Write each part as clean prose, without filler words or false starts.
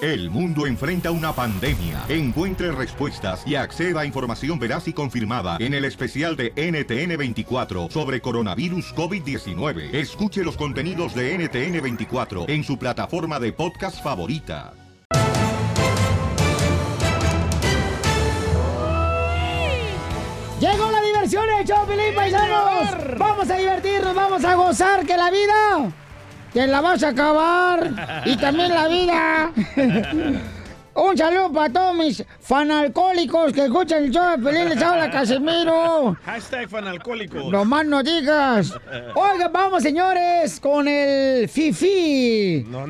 El mundo enfrenta una pandemia. Encuentre respuestas y acceda a información veraz y confirmada en el especial de NTN24 sobre coronavirus COVID-19. Escuche los contenidos de NTN24 en su plataforma de podcast favorita. ¡Llegó la diversión en el show, Pelín, paisanos! ¡Vamos a divertirnos, vamos a gozar! ¡Que la vida te la vas a acabar! ¡Y también la vida! Un saludo para todos mis fanalcohólicos que escuchan el show de Pelín. Les habla Casimiro. Hashtag fanalcohólicos. No más no digas. Oiga, vamos, señores, con el Fifi. No.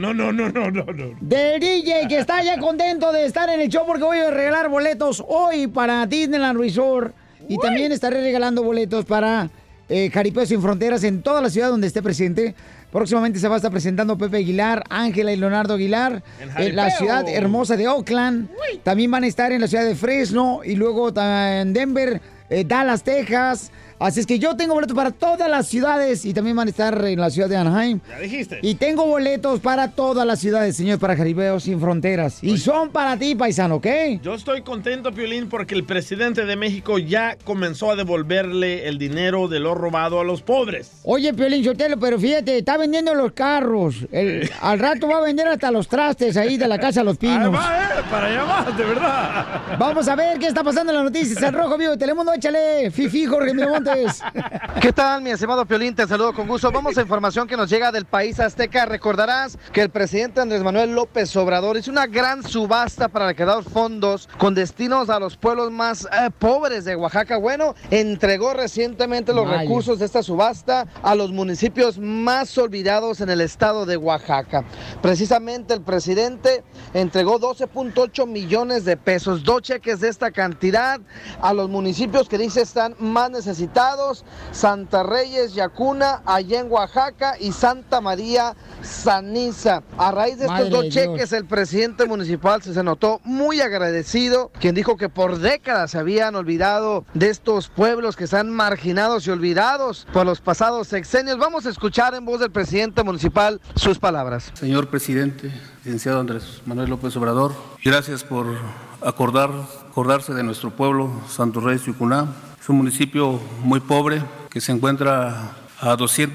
Del DJ, que está ya contento de estar en el show porque voy a regalar boletos hoy para Disneyland Resort. Y también estaré regalando boletos para Jaripeo Sin Fronteras en toda la ciudad donde esté presente. Próximamente se va a estar presentando Pepe Aguilar, Ángela y Leonardo Aguilar en la ciudad hermosa de Oakland. También van a estar en la ciudad de Fresno y luego en Denver, Dallas, Texas. Así es que yo tengo boletos para todas las ciudades y también van a estar en la ciudad de Anaheim. Ya dijiste. Y tengo boletos para todas las ciudades, señor, para Jaripeo Sin Fronteras. Y son para ti, paisano, ¿ok? Yo estoy contento, Piolín, porque el presidente de México ya comenzó a devolverle el dinero de lo robado a los pobres. Oye, Piolín Sotelo, pero fíjate, está vendiendo los carros. Al rato va a vender hasta los trastes ahí de la Casa de los Pinos. Para allá va, de verdad. Vamos a ver qué está pasando en las noticias. El Rojo Vivo de Telemundo, échale. Fifi, Jorge Miramontes. ¿Qué tal, mi estimado Piolín? Te saludo con gusto. Vamos a información que nos llega del país azteca. Recordarás que el presidente Andrés Manuel López Obrador hizo una gran subasta para recaudar fondos con destinos a los pueblos más pobres de Oaxaca. Bueno, entregó recientemente los recursos de esta subasta a los municipios más olvidados en el estado de Oaxaca. Precisamente el presidente entregó 12.8 millones de pesos, 2 cheques de esta cantidad a los municipios que dice están más necesitados: Santa Reyes, Yacuna, allá en Oaxaca, y Santa María, Saniza. A raíz de estos 2 cheques, el presidente municipal se notó muy agradecido, quien dijo que por décadas se habían olvidado de estos pueblos que están marginados y olvidados por los pasados sexenios. Vamos a escuchar en voz del presidente municipal sus palabras. Señor presidente, licenciado Andrés Manuel López Obrador, gracias por acordarse de nuestro pueblo, Santo Reyes, Yucuná. Es un municipio muy pobre que se encuentra a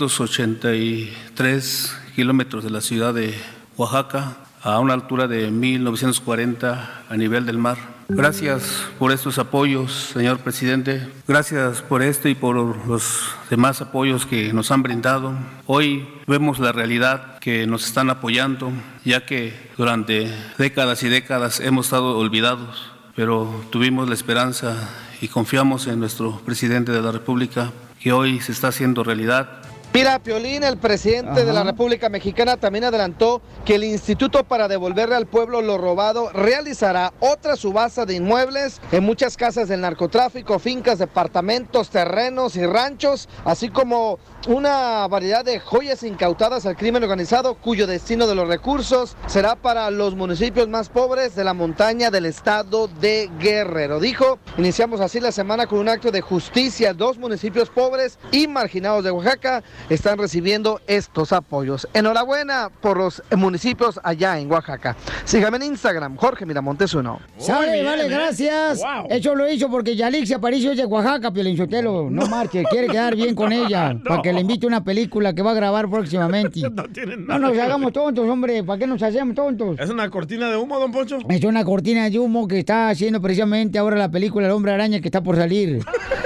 283 kilómetros de la ciudad de Oaxaca, a una altura de 1940 a nivel del mar. Gracias por estos apoyos, señor presidente. Gracias por esto y por los demás apoyos que nos han brindado. Hoy vemos la realidad que nos están apoyando, ya que durante décadas y décadas hemos estado olvidados, pero tuvimos la esperanza y confiamos en nuestro presidente de la República, que hoy se está haciendo realidad. Mira, Piolín, el presidente de la República Mexicana también adelantó que el Instituto para devolverle al pueblo lo robado realizará otra subasta de inmuebles en muchas casas del narcotráfico, fincas, departamentos, terrenos y ranchos, así como una variedad de joyas incautadas al crimen organizado, cuyo destino de los recursos será para los municipios más pobres de la montaña del estado de Guerrero. Dijo: iniciamos así la semana con un acto de justicia. 2 municipios pobres y marginados de Oaxaca están recibiendo estos apoyos. Enhorabuena por los municipios allá en Oaxaca. Sígame en Instagram, Jorge Miramontes 1. Sale, vale, gracias. Wow. Eso lo hizo porque Yalixia Aparicio es de Oaxaca, Piolín Sotelo. No marche, quiere quedar bien con ella. Para que le invite una película que va a grabar próximamente. No nos hagamos tontos, hombre. ¿Para qué nos hacemos tontos? ¿Es una cortina de humo, don Poncho? Es una cortina de humo que está haciendo precisamente ahora la película El Hombre Araña, que está por salir.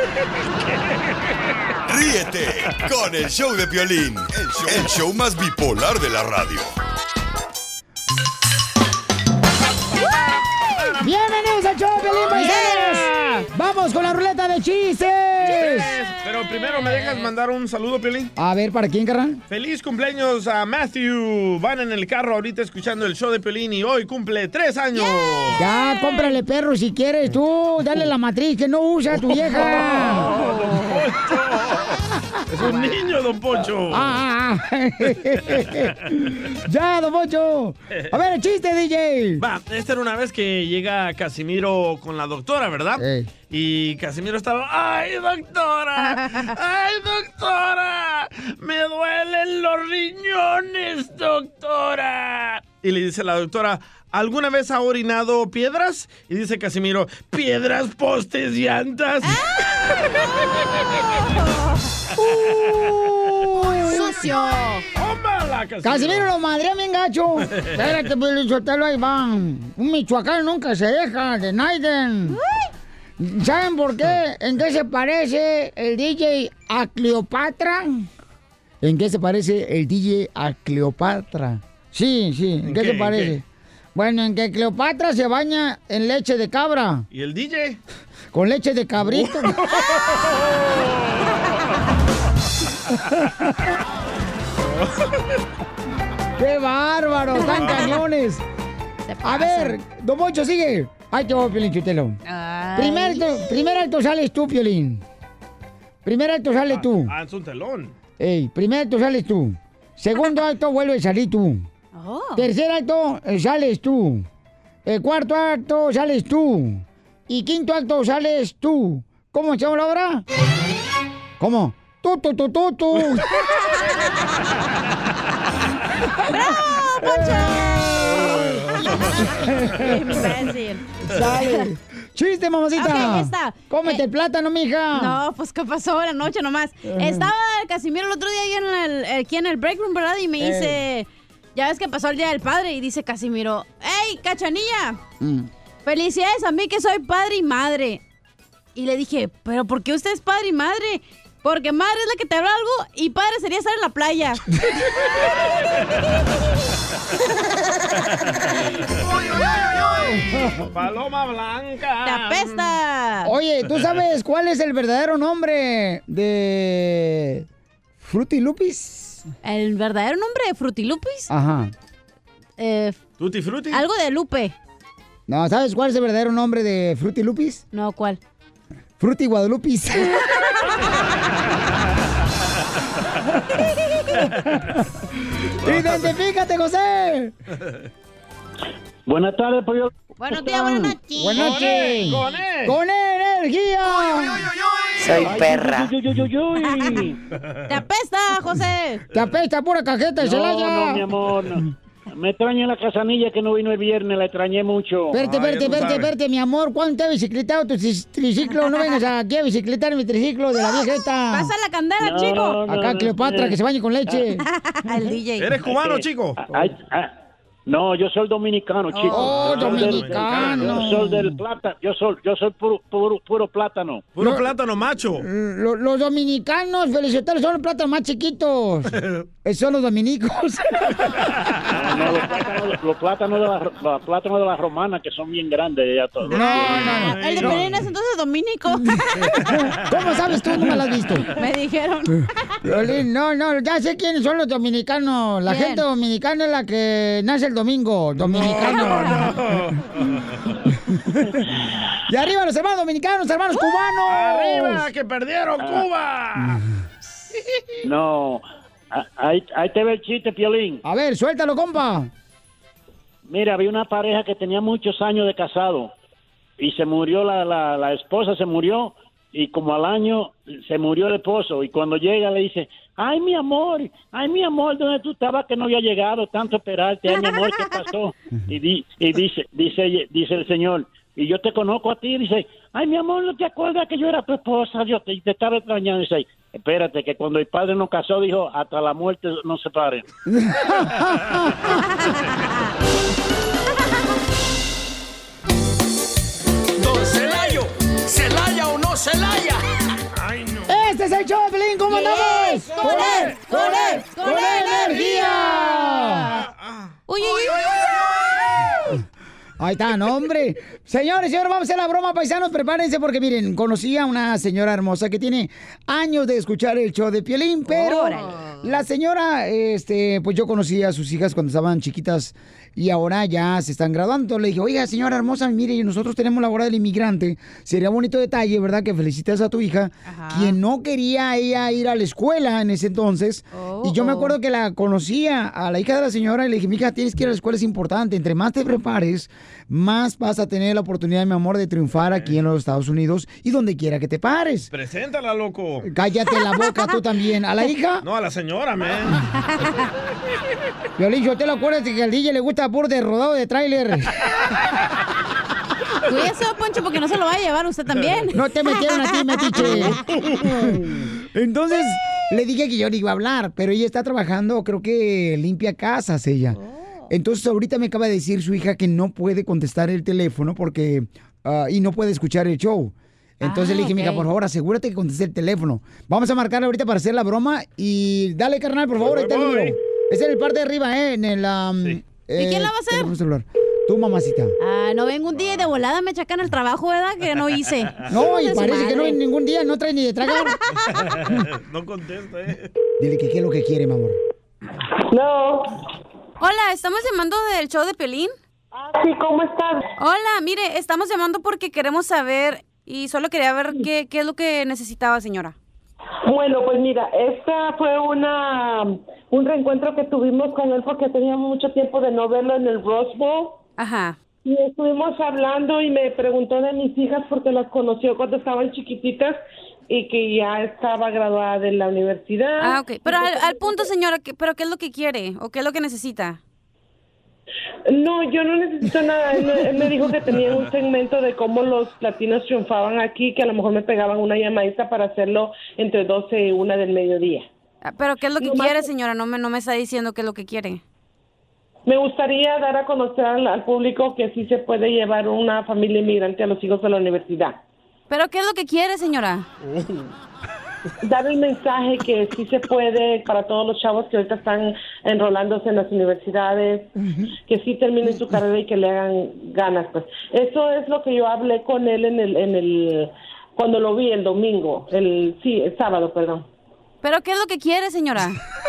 Ríete con el show de Piolín, el show más bipolar de la radio. ¡Bienvenidos al show de Piolín, paisanos! ¡Vamos con la ruleta de chistes! Pero primero, ¿me dejas mandar un saludo, Piolín? A ver, ¿para quién, carnal? ¡Feliz cumpleaños a Matthew! Van en el carro ahorita escuchando el show de Piolín y hoy cumple 3 años. Ya, cómprale perro si quieres tú. Dale la matriz que no usa tu vieja. Es un niño, don Poncho. Ya, don Poncho. A ver, el chiste, DJ. Va, esta era una vez que llega Casimiro con la doctora, ¿verdad? Y Casimiro estaba: ¡ay, doctora! ¡Ay, doctora! ¡Me duelen los riñones, doctora! Y le dice la doctora, ¿alguna vez ha orinado piedras? Y dice Casimiro, piedras, postes, llantas. ¡Sucio! ¡Tómala, Casimiro lo madre bien gacho. Espérate, pues, Sotelo, ahí van. Un Michoacán nunca se deja, de Naiden. ¿Saben por qué? ¿En qué se parece el DJ a Cleopatra? ¿En qué se parece el DJ a Cleopatra? Sí, ¿en qué se parece? Bueno, en que Cleopatra se baña en leche de cabra. ¿Y el DJ? Con leche de cabrito. ¡Qué bárbaro! ¡Están cañones! A ver, Don Poncho, sigue. Ahí te voy, Piolín Chutelo. Primer acto sales tú, Piolín. Primer acto sales tú. Es un telón. Primer acto sales tú. Segundo acto vuelve a salir tú. Tercer acto sales tú. Cuarto acto sales tú. Y quinto acto sales tú. ¿Cómo echamos la obra? ¿Cómo? ¡Tú! ¡Bravo, Poncho! ¡Imbécil! ¡Sale! ¡Chiste, mamacita! Ok, ya está. ¡Cómete el plátano, mija! No, pues, ¿qué pasó la noche nomás? Estaba Casimiro el otro día aquí en el break room, ¿verdad? Y me dice... Ya ves que pasó el Día del Padre. Y dice Casimiro... ¡Ey, Cachanilla! ¡Felicidades a mí que soy padre y madre! Y le dije... ¿Pero por qué usted es padre y madre? Porque madre es la que te habló algo y padre sería estar en la playa. ¡Paloma blanca! ¡Te apesta! Oye, ¿tú sabes cuál es el verdadero nombre de Fruity Lupis? ¿El verdadero nombre de Fruity Lupis? Ajá. ¿Tutti Frutti? Algo de Lupe. No, ¿sabes cuál es el verdadero nombre de Fruity Lupis? No, ¿cuál? Fruity Guadalupis. ¡Identifícate, José! Buenas tardes, pollo. Buenos días, buenas noches. Buenas noches. ¡Con energía! Soy perra. ¡Te apesta, José! ¡Te apesta, pura cajeta de Celaya! No, mi amor, no. Me extraña la Casanilla que no vino el viernes, la extrañé mucho. Espérate, mi amor. ¿Cuándo te has bicicletado tu triciclo? No vengas aquí a bicicletar mi triciclo de la viejeta. ¡Pasa la candela, chico! Acá Cleopatra, que se bañe con leche. El DJ. ¿Eres cubano, chico? No, yo soy dominicano, chico. Oh, dominicano. Yo soy del plátano. Yo soy puro plátano. Puro plátano macho. Los dominicanos, felicitaros, son los plátanos más chiquitos. Son los dominicos. No, los plátanos de la romana, que son bien grandes. Ya todos. No. El de Pelín es entonces dominico. ¿Cómo sabes tú? No me lo has visto. Me dijeron. No, ya sé quiénes son los dominicanos. La gente dominicana es la que nace el domingo. Dominicano. Y arriba los hermanos dominicanos, hermanos cubanos. ¡Arriba, que perdieron Cuba! No. Ahí te ve el chiste, Piolín. A ver, suéltalo, compa. Mira, había una pareja que tenía muchos años de casado y se murió la esposa, se murió y como al año se murió el esposo y cuando llega le dice, ay mi amor, ¿dónde tú estabas que no había llegado tanto esperarte? Ay mi amor, ¿qué pasó? Y dice el señor, y yo te conozco a ti, dice, ay mi amor, ¿no te acuerdas que yo era tu esposa? Yo te estaba extrañando. Dice, espérate, que cuando el padre nos casó dijo, hasta la muerte nos separe. Don Celayo, ¿Celaya o no Celaya? Ay, no. Este es el show de Pelín, ¿cómo andamos? ¡Con energía! ¡Uy! Ahí está, no, hombre. Señores, vamos a hacer la broma, paisanos. Prepárense porque, miren, conocí a una señora hermosa que tiene años de escuchar el show de Piolín, pero la señora, pues yo conocí a sus hijas cuando estaban chiquitas y ahora ya se están graduando. Le dije, oiga, señora hermosa, mire, nosotros tenemos la hora del inmigrante. Sería bonito detalle, ¿verdad? Que felicites a tu hija, quien no quería ella ir a la escuela en ese entonces. Y yo me acuerdo que la conocía a la hija de la señora y le dije, mija, tienes que ir a la escuela, es importante. Entre más te prepares, más vas a tener la oportunidad, mi amor, de triunfar aquí en los Estados Unidos y donde quiera que te pares. Preséntala, loco. Cállate la boca tú también. ¿A la hija? No, a la señora, man. Violín, yo te lo acuerdas que al DJ le gusta a puro de rodado de tráiler. Cuídese, Poncho, porque no se lo va a llevar usted también. No te metieron a ti, metiche. Entonces, le dije que yo le iba a hablar, pero ella está trabajando, creo que limpia casas ella. Entonces, ahorita me acaba de decir su hija que no puede contestar el teléfono porque... y no puede escuchar el show. Entonces le dije, mija, por favor, asegúrate que conteste el teléfono. Vamos a marcarle ahorita para hacer la broma. Y dale, carnal, por favor, ahí está el número. Es en el parte de arriba, en el... ¿Y quién la va a hacer? Celular. Tú, mamacita. No vengo un día y de volada me chacan el trabajo, ¿verdad? Que no hice. No, y parece que no en ningún día, no trae ni de tragar. No contesta, Dile que qué es lo que quiere, mi amor. No. Hola, estamos llamando del show de Piolín. Sí, ¿cómo estás? Hola, mire, estamos llamando porque queremos saber y solo quería ver qué es lo que necesitaba, señora. Bueno, pues mira, esta fue un reencuentro que tuvimos con él porque teníamos mucho tiempo de no verlo en el Rose Bowl. Ajá. Y estuvimos hablando y me preguntó de mis hijas porque las conoció cuando estaban chiquititas y que ya estaba graduada de la universidad. Ok. Pero al punto, señora, ¿pero qué es lo que quiere o qué es lo que necesita? No, yo no necesito nada. Él me dijo que tenía un segmento de cómo los latinos triunfaban aquí, que a lo mejor me pegaban una llamadita para hacerlo entre 12 y 1 del mediodía. ¿Pero qué es lo que quiere, señora? No me está diciendo qué es lo que quiere. Me gustaría dar a conocer al público que sí se puede llevar una familia inmigrante a los hijos a la universidad. ¿Pero qué es lo que quiere, señora? Dar el mensaje que sí se puede para todos los chavos que ahorita están enrolándose en las universidades, que sí terminen su carrera y que le hagan ganas, pues. Eso es lo que yo hablé con él en el cuando lo vi el domingo, el sábado, perdón. ¿Pero qué es lo que quiere, señora?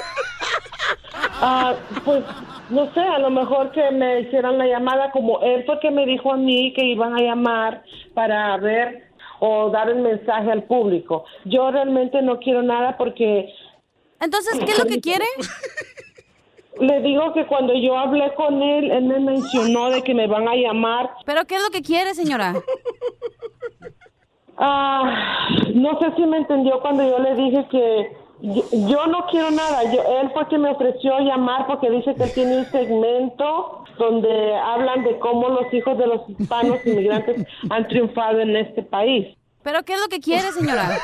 Pues no sé, a lo mejor que me hicieran la llamada, como él fue que me dijo a mí que iban a llamar para ver o dar el mensaje al público. Yo realmente no quiero nada porque... Entonces, ¿qué es lo que quiere? Le digo que cuando yo hablé con él, él me mencionó de que me van a llamar. ¿Pero qué es lo que quiere, señora? No sé si me entendió cuando yo le dije que yo no quiero nada. Él fue que me ofreció llamar porque dice que él tiene un segmento donde hablan de cómo los hijos de los hispanos inmigrantes han triunfado en este país. ¿Pero qué es lo que quiere, señora?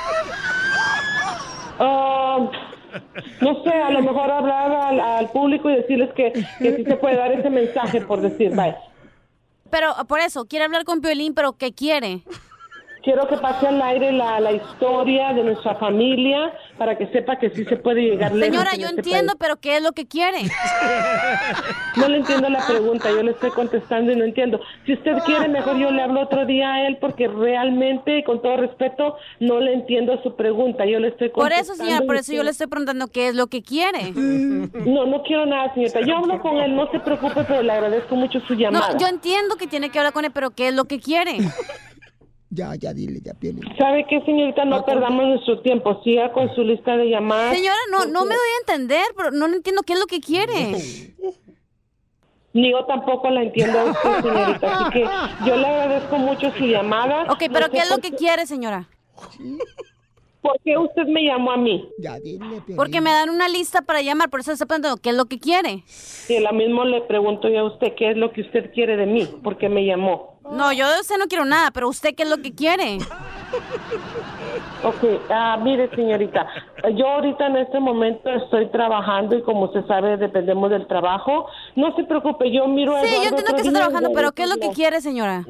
No sé, a lo mejor hablar al público y decirles que sí se puede dar ese mensaje, por decir, bye. Pero por eso, quiere hablar con Piolín, pero ¿qué quiere? Quiero que pase al aire la historia de nuestra familia para que sepa que sí se puede llegar lejos. Señora, yo entiendo, pero ¿qué es lo que quiere? No le entiendo la pregunta, yo le estoy contestando y no entiendo. Si usted quiere, mejor yo le hablo otro día a él porque realmente, con todo respeto, no le entiendo su pregunta. Yo le estoy contestando. Por eso, señora, por eso yo le estoy preguntando qué es lo que quiere. No quiero nada, señorita. Yo hablo con él, no se preocupe, pero le agradezco mucho su llamada. No, yo entiendo que tiene que hablar con él, pero ¿qué es lo que quiere? Ya, dile, ya, Piolín. ¿Sabe qué, señorita? No perdamos nuestro tiempo. Siga con su lista de llamadas. Señora, no me doy a entender, pero no entiendo qué es lo que quiere. Ni yo tampoco la entiendo a usted, señorita. Así que yo le agradezco mucho su llamada. Ok, pero ¿qué es lo que quiere, señora? ¿Por qué usted me llamó a mí? Ya, dile, Piolín. Porque me dan una lista para llamar, por eso estoy preguntando qué es lo que quiere. Sí, lo mismo le pregunto yo a usted qué es lo que usted quiere de mí, ¿por qué me llamó? No, yo de usted no quiero nada, pero ¿usted qué es lo que quiere? Ok, mire, señorita, yo ahorita en este momento estoy trabajando y como se sabe, dependemos del trabajo. No se preocupe, yo miro... Sí, yo entiendo que está trabajando, pero ¿qué es lo que quiere, señora?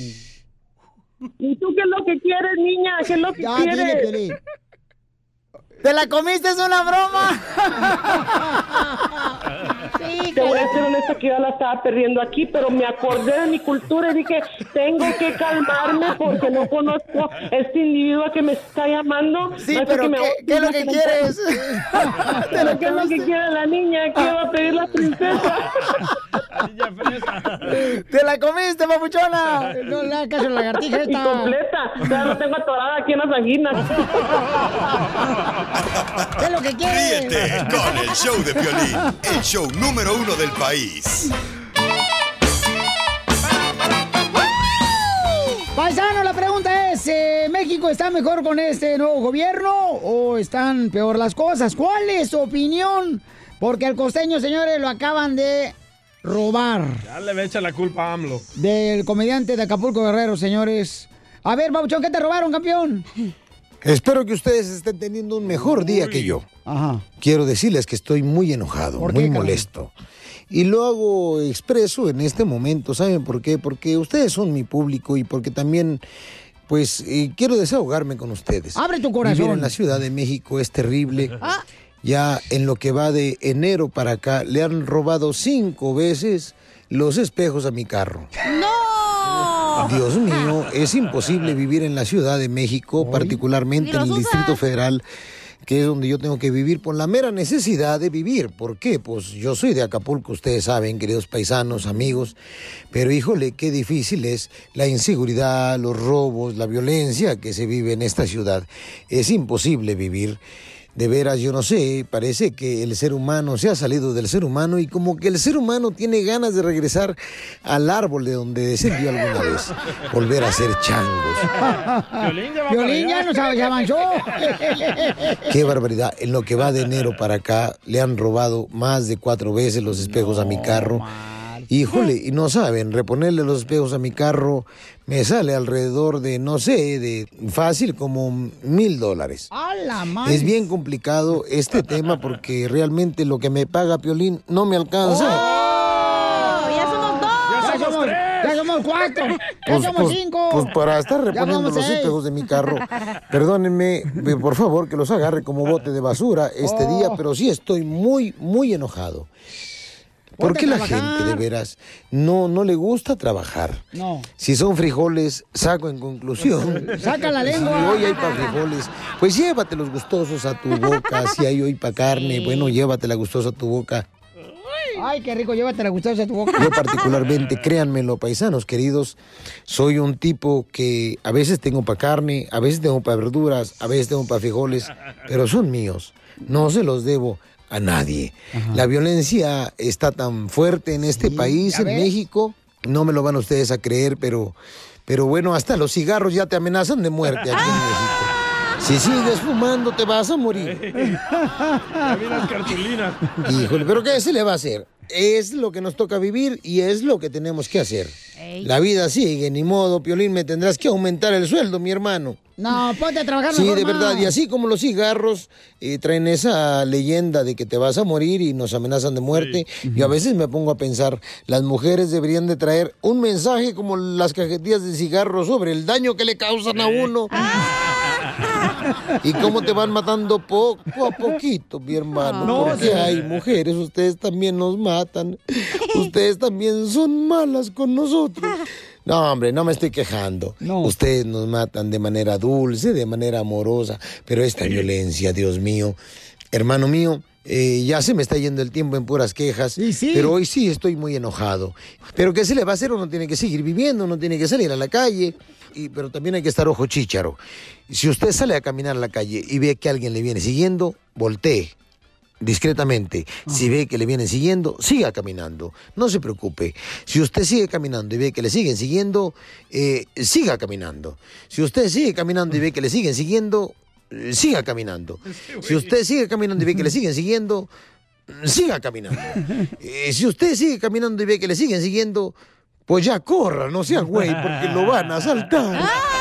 ¿Y tú qué es lo que quieres, niña? ¿Qué es lo que quieres? Dile, Piolín. ¿Te la comiste? ¿Es una broma? Sí, te voy a ser honesta que yo la estaba perdiendo aquí, pero me acordé de mi cultura y dije, tengo que calmarme porque no conozco a este individuo que me está llamando. Sí, pero ¿qué es lo que quieres? ¿Pero qué es lo que quiere la niña? ¿Qué va a pedir la princesa? ¡Te la comiste, papuchona! No le hagas caso a la lagartija esta. Y completa. Ya la tengo atorada aquí en las anginas. ¿Qué es lo que quieres? Ríete con el show de Piolín, el show número 1 del país. Paisano, la pregunta es, ¿México está mejor con este nuevo gobierno o están peor las cosas? ¿Cuál es su opinión? Porque al costeño, señores, lo acaban de robar. Ya le echa la culpa a AMLO. Del comediante de Acapulco Guerrero, señores. A ver, Papuchón, ¿qué te robaron, campeón? Espero que ustedes estén teniendo un mejor día que yo. Ajá. Quiero decirles que estoy muy enojado, muy molesto. Y lo hago expreso en este momento. ¿Saben por qué? Porque ustedes son mi público y porque también, pues, quiero desahogarme con ustedes. Abre tu corazón. Vivir en la Ciudad de México es terrible. Ya en lo que va de enero para acá, le han robado 5 veces los espejos a mi carro. ¡No! Dios mío, es imposible vivir en la Ciudad de México, particularmente en el Distrito Federal, que es donde yo tengo que vivir por la mera necesidad de vivir. ¿Por qué? Pues yo soy de Acapulco, ustedes saben, queridos paisanos, amigos, pero híjole, qué difícil es la inseguridad, los robos, la violencia que se vive en esta ciudad. Es imposible vivir. De veras, yo no sé, parece que el ser humano se ha salido del ser humano y como que el ser humano tiene ganas de regresar al árbol de donde descendió alguna vez, volver a ser changos. Violín ya nos avanzó. Qué barbaridad, en lo que va de enero para acá le han robado más de 4 veces los espejos a mi carro. Híjole, y no saben, reponerle los espejos a mi carro me sale alrededor de, no sé, de fácil como $1,000. ¡A la madre! Es bien complicado este tema porque realmente lo que me paga Piolín no me alcanza. ¡Oh! ¡Ya somos 2! ¡Ya somos 4! ¡Ya somos 5! Pues para estar reponiendo los 6 espejos de mi carro, perdónenme, por favor, que los agarre como bote de basura este día, pero sí estoy muy, muy enojado. ¿Por qué la gente, de veras, no le gusta trabajar? No. Si son frijoles, saco en conclusión. ¡Saca la lengua! Si hoy hay para frijoles, pues llévatelos gustosos a tu boca. Si hay hoy para carne, bueno, llévatela gustosa a tu boca. ¡Ay, qué rico! Llévatela gustosa a tu boca. Yo particularmente, créanmelo, paisanos queridos, soy un tipo que a veces tengo para carne, a veces tengo para verduras, a veces tengo para frijoles, pero son míos. No se los debo a nadie. Ajá. La violencia está tan fuerte en este país, en México. No me lo van ustedes a creer, pero bueno, hasta los cigarros ya te amenazan de muerte aquí en México. Si sigues fumando, te vas a morir. Ya vi las cartulinas. Híjole, pero ¿qué se le va a hacer? Es lo que nos toca vivir y es lo que tenemos que hacer. La vida sigue, ni modo, Piolín, me tendrás que aumentar el sueldo, mi hermano. No, ponte a trabajar. Sí, de verdad, y así como los cigarros traen esa leyenda de que te vas a morir y nos amenazan de muerte, yo a veces me pongo a pensar, las mujeres deberían de traer un mensaje como las cajetillas de cigarros sobre el daño que le causan a uno. Y cómo te van matando poco a poquito, mi hermano. Porque hay mujeres, ustedes también nos matan. Ustedes también son malas con nosotros. No, hombre, no me estoy quejando. No. Ustedes nos matan de manera dulce, de manera amorosa. Pero esta violencia, Dios mío, hermano mío, ya se me está yendo el tiempo en puras quejas. Sí. Pero hoy sí estoy muy enojado. Pero ¿qué se le va a hacer? Uno tiene que seguir viviendo, uno tiene que salir a la calle. Pero también hay que estar ojo chícharo. Si usted sale a caminar a la calle y ve que alguien le viene siguiendo, voltee discretamente. Si ve que le vienen siguiendo, siga caminando. No se preocupe. Si usted sigue caminando y ve que le siguen siguiendo, siga caminando. Si usted sigue caminando y ve que le siguen siguiendo, siga caminando. Si usted sigue caminando y ve que le siguen siguiendo, siga caminando. Si usted sigue caminando y ve que le siguen siguiendo, pues ya corra, no sea güey, porque lo van a asaltar.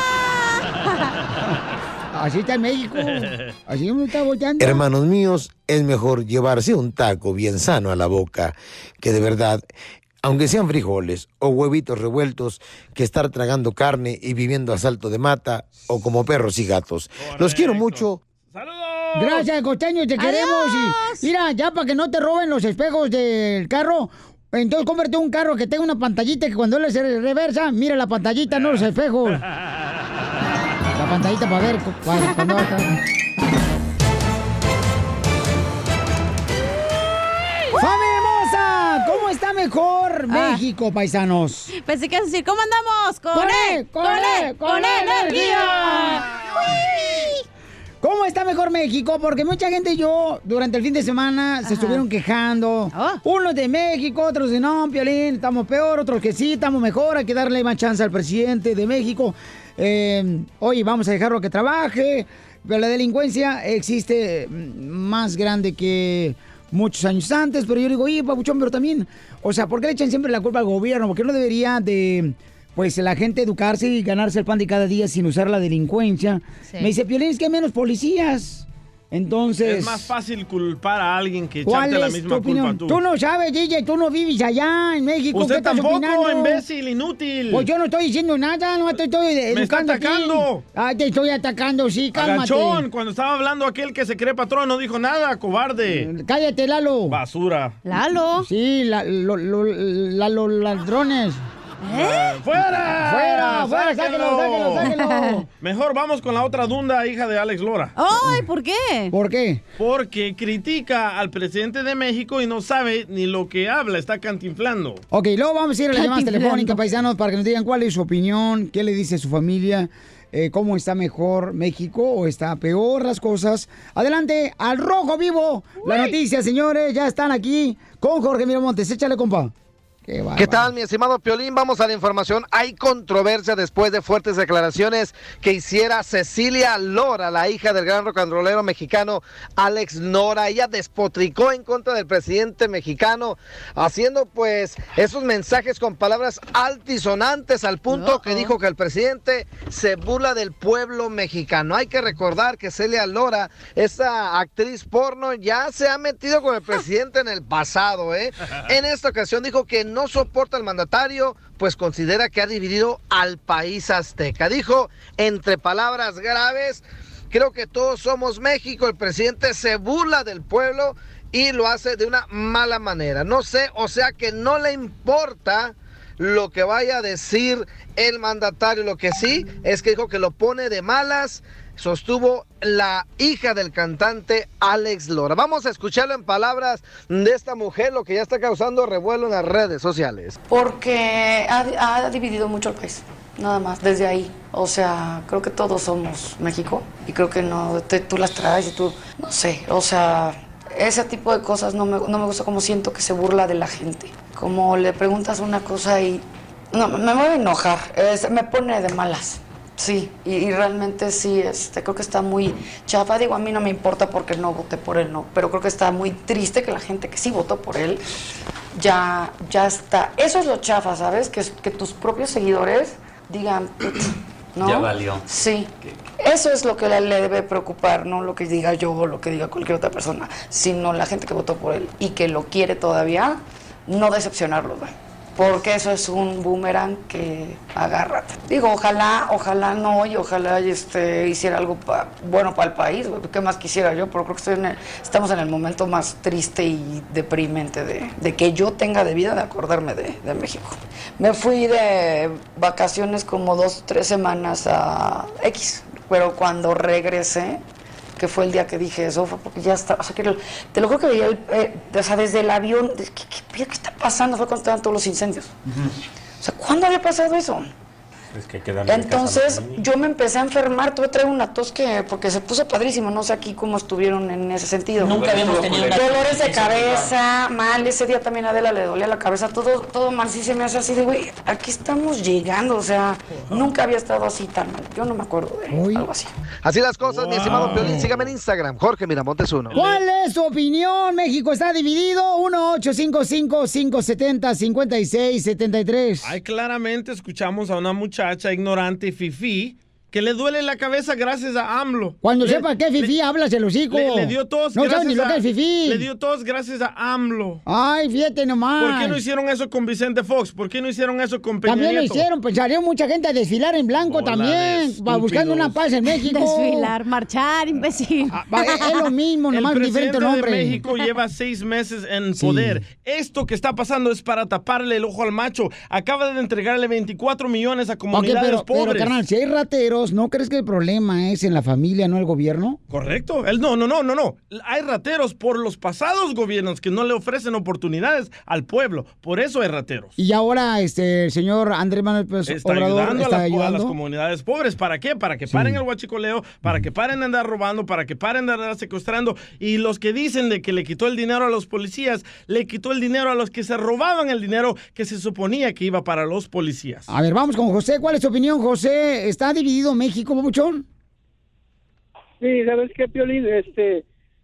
Así está en México. Así me está volteando. Hermanos míos, es mejor llevarse un taco bien sano a la boca, que de verdad, aunque sean frijoles o huevitos revueltos, que estar tragando carne y viviendo a salto de mata o como perros y gatos. Correcto. Los quiero mucho. ¡Saludos! Gracias, costeño, te queremos. Y mira, ya para que no te roben los espejos del carro, entonces cómprate un carro que tenga una pantallita que cuando él se reversa, mira la pantallita, no los espejos. La pantallita para ver cuándo va a estar. ¡Familia hermosa! ¿Cómo está mejor México, paisanos? Pensé que ibas a decir, ¿cómo andamos? ¡Con energía! ¿Cómo está mejor México? Porque mucha gente durante el fin de semana se estuvieron quejando. Unos de México, otros de no, Piolín, estamos peor, otros que sí, estamos mejor, hay que darle más chance al presidente de México. Oye, vamos a dejarlo que trabaje, pero la delincuencia existe más grande que muchos años antes, pero yo digo, oye, papuchón, pero también, o sea, ¿por qué le echan siempre la culpa al gobierno? ¿Por qué no debería de, pues, la gente educarse y ganarse el pan de cada día sin usar la delincuencia? Sí. Me dice, Piolín, es que hay menos policías. Entonces... Es más fácil culpar a alguien que echarte la misma culpa tú. Tú no sabes, DJ, tú no vives allá en México. Usted ¿Qué estás tampoco, opinando? Imbécil, inútil. Pues yo no estoy diciendo nada, no te estoy educando. Me está atacando. Ay, te estoy atacando, sí, cálmate. Agachón, cuando estaba hablando aquel que se cree patrón, no dijo nada, cobarde. Cállate, Lalo. Basura. Lalo. Sí, los ladrones. ¡Fuera! ¡Sáquenlo! Mejor vamos con la otra dunda, hija de Alex Lora. ¡Ay! ¿Por qué? ¿Por qué? Porque critica al presidente de México y no sabe ni lo que habla, está cantinflando. Ok, luego vamos a ir a las llamadas telefónicas, paisanos, para que nos digan cuál es su opinión, qué le dice su familia, cómo está mejor México o está peor las cosas. Adelante, al Rojo Vivo. La noticia, señores, ya están aquí con Jorge Miramontes. Échale, compa. ¿Qué tal, mi estimado Piolín? Vamos a la información. Hay controversia después de fuertes declaraciones que hiciera Cecilia Lora, la hija del gran rock and rollero mexicano Alex Lora. Ella despotricó en contra del presidente mexicano, haciendo pues esos mensajes con palabras altisonantes, al punto que dijo que el presidente se burla del pueblo mexicano. Hay que recordar que Cecilia Lora, esta actriz porno, ya se ha metido con el presidente en el pasado, ¿eh? En esta ocasión dijo que no soporta al mandatario, pues considera que ha dividido al país azteca. Dijo, entre palabras graves, creo que todos somos México, el presidente se burla del pueblo y lo hace de una mala manera. No sé, o sea que no le importa lo que vaya a decir el mandatario. Lo que sí es que dijo que lo pone de malas, sostuvo la hija del cantante Alex Lora. Vamos a escucharlo en palabras de esta mujer, lo que ya está causando revuelo en las redes sociales. Porque ha dividido mucho el país, nada más, desde ahí. O sea, creo que todos somos México y creo que no, tú las traes y tú, no sé, o sea, ese tipo de cosas no me gusta, como siento que se burla de la gente. Como le preguntas una cosa y no, me voy a enojar, me pone de malas. Sí, y realmente sí, creo que está muy chafa. Digo, a mí no me importa porque no voté por él, no, pero creo que está muy triste que la gente que sí votó por él ya está. Eso es lo chafa, ¿sabes? Que tus propios seguidores digan, ¿no? Ya valió. Sí, eso es lo que le debe preocupar, no lo que diga yo o lo que diga cualquier otra persona, sino la gente que votó por él y que lo quiere todavía, no decepcionarlo, ¿no? Porque eso es un boomerang que agarra. Digo, ojalá no, y ojalá hiciera algo bueno para el país. ¿Qué más quisiera yo? Pero creo que estamos en el momento más triste y deprimente de que yo tenga de vida de acordarme de México. Me fui de vacaciones como 2 o 3 semanas a X, pero cuando regresé, que fue el día que dije eso, fue porque ya está, o sea, que te lo juro que veía, o sea, desde el avión, ¿qué está pasando? Fue cuando estaban todos los incendios. O sea, ¿cuándo había pasado eso? Es que entonces yo me empecé a enfermar, tuve que traer una tos porque se puso padrísimo, no sé aquí cómo estuvieron en ese sentido. Nunca habíamos tenido dolores de cabeza, mal, ese día también a Adela le dolía la cabeza, todo mal, sí se me hace así de, güey, aquí estamos llegando, o sea, nunca había estado así tan mal, yo no me acuerdo de algo así. Así las cosas, mi estimado Piolín, sígame en Instagram, Jorge Miramontes 1. ¿Cuál es su opinión? México está dividido, 1-855-570-5673. Ahí claramente escuchamos a una muchacha ignorante y fifí que le duele la cabeza gracias a AMLO. Cuando sepa qué fifí, hablas el hocico. Le dio tos. No sabes ni lo que es fifí. Le dio tos gracias a AMLO. Ay, fíjate nomás. ¿Por qué no hicieron eso con Vicente Fox? ¿Por qué no hicieron eso con Peña También Nieto? lo hicieron, pues salió mucha gente a desfilar en blanco también, buscando una paz en México. Desfilar, marchar, imbécil. Es lo mismo, nomás diferente nombre. El presidente de México lleva 6 meses en poder. Esto que está pasando es para taparle el ojo al macho. Acaba de entregarle 24 millones a comunidades pobres. Pero, carnal, si hay rateros, ¿no crees que el problema es en la familia, no el gobierno? Correcto. No. Hay rateros por los pasados gobiernos que no le ofrecen oportunidades al pueblo. Por eso hay rateros. Y ahora el señor Andrés Manuel Obrador está ayudando a las comunidades pobres. ¿Para qué? Para que paren el huachicoleo, para que paren de andar robando, para que paren de andar secuestrando. Y los que dicen de que le quitó el dinero a los policías, le quitó el dinero a los que se robaban el dinero que se suponía que iba para los policías. A ver, vamos con José. ¿Cuál es tu opinión, José? ¿Está dividido México, papuchón? Sí, ¿sabes qué, Piolín?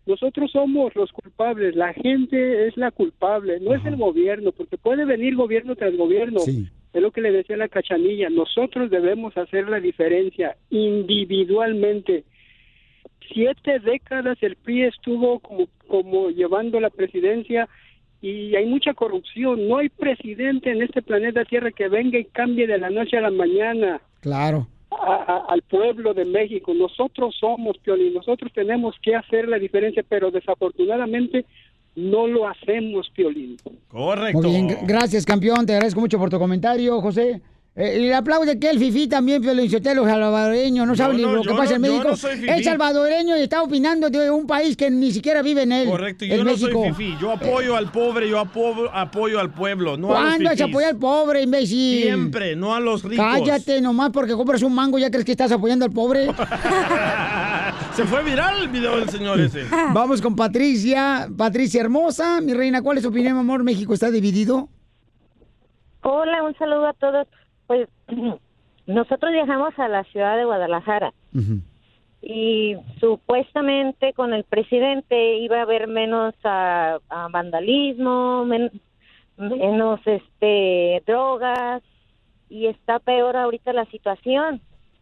Nosotros somos los culpables, la gente es la culpable, no es el gobierno, porque puede venir gobierno tras gobierno. Sí. Es lo que le decía la Cachanilla, nosotros debemos hacer la diferencia individualmente. 7 décadas el PRI estuvo como llevando la presidencia y hay mucha corrupción. No hay presidente en este planeta Tierra que venga y cambie de la noche a la mañana. Claro. Al pueblo de México. Nosotros somos, Piolín, nosotros tenemos que hacer la diferencia, pero desafortunadamente no lo hacemos, Piolín. Correcto. Muy bien, gracias, campeón, te agradezco mucho por tu comentario, José. Y le aplaude que el fifí también, Piolinsotelo, salvadoreño, no sabe ni lo que pasa en México. No soy fifí. Es salvadoreño y está opinando de un país que ni siquiera vive en él. Correcto, yo no México. soy fifí. Yo apoyo al pobre, yo apoyo al pueblo, no a los ¿Cuándo se fifís. apoya al pobre, imbécil? Siempre, no a los ricos. Cállate nomás porque compras un mango, ¿ya crees que estás apoyando al pobre? Se fue viral el video del señor ese. Vamos con Patricia. Patricia hermosa, mi reina, ¿cuál es tu opinión, amor? ¿México está dividido? Hola, un saludo a todos. Pues nosotros viajamos a la ciudad de Guadalajara y supuestamente con el presidente iba a haber menos a vandalismo, menos drogas, y está peor ahorita la situación.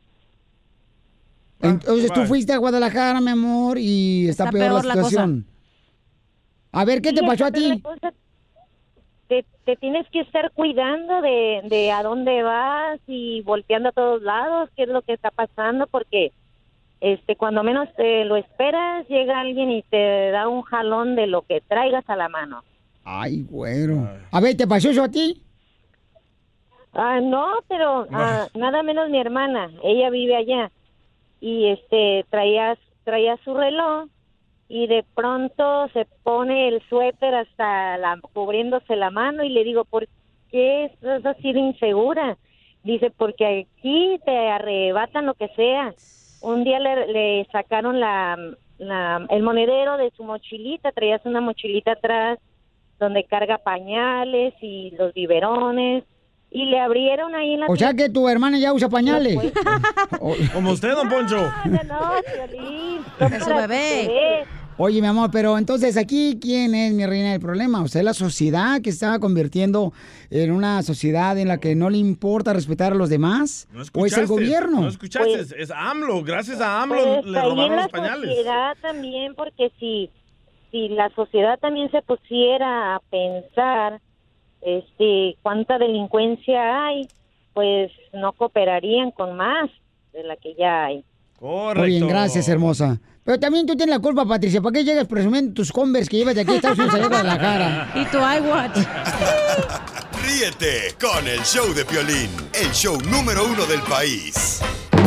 Entonces tú fuiste a Guadalajara, mi amor, y está peor la situación. A ver, ¿qué te pasó a ti? Te tienes que estar cuidando de a dónde vas y volteando a todos lados, qué es lo que está pasando, porque cuando menos te lo esperas, llega alguien y te da un jalón de lo que traigas a la mano. Ay, güero. A ver, ¿te pasó eso a ti? No, pero nada menos mi hermana, ella vive allá, y traía su reloj, y de pronto se pone el suéter hasta cubriéndose la mano, y le digo, ¿por qué estás así de insegura? Dice, porque aquí te arrebatan lo que sea. Un día le sacaron el monedero de su mochilita, traías una mochilita atrás donde carga pañales y los biberones, y le abrieron ahí en la... O sea que tu hermana ya usa pañales. Como usted, don Poncho. No, Piolín. Es su bebé. Oye, mi amor, pero entonces aquí, ¿quién es, mi reina, el problema? O sea, la sociedad que se está convirtiendo en una sociedad en la que no le importa respetar a los demás. ¿O es el gobierno? No escuchaste, es AMLO. Gracias a AMLO le robaron los pañales. La sociedad también, porque si la sociedad también se pusiera a pensar cuánta delincuencia hay, pues no cooperarían con más de la que ya hay. Correcto. Muy bien, gracias, hermosa. Pero también tú tienes la culpa, Patricia. ¿Para qué llegas presumiendo tus Converse que llevas de aquí a Estados Unidos allá a Guadalajara? Y tu iWatch. Ríete con el show de Piolín, el show número 1 del país.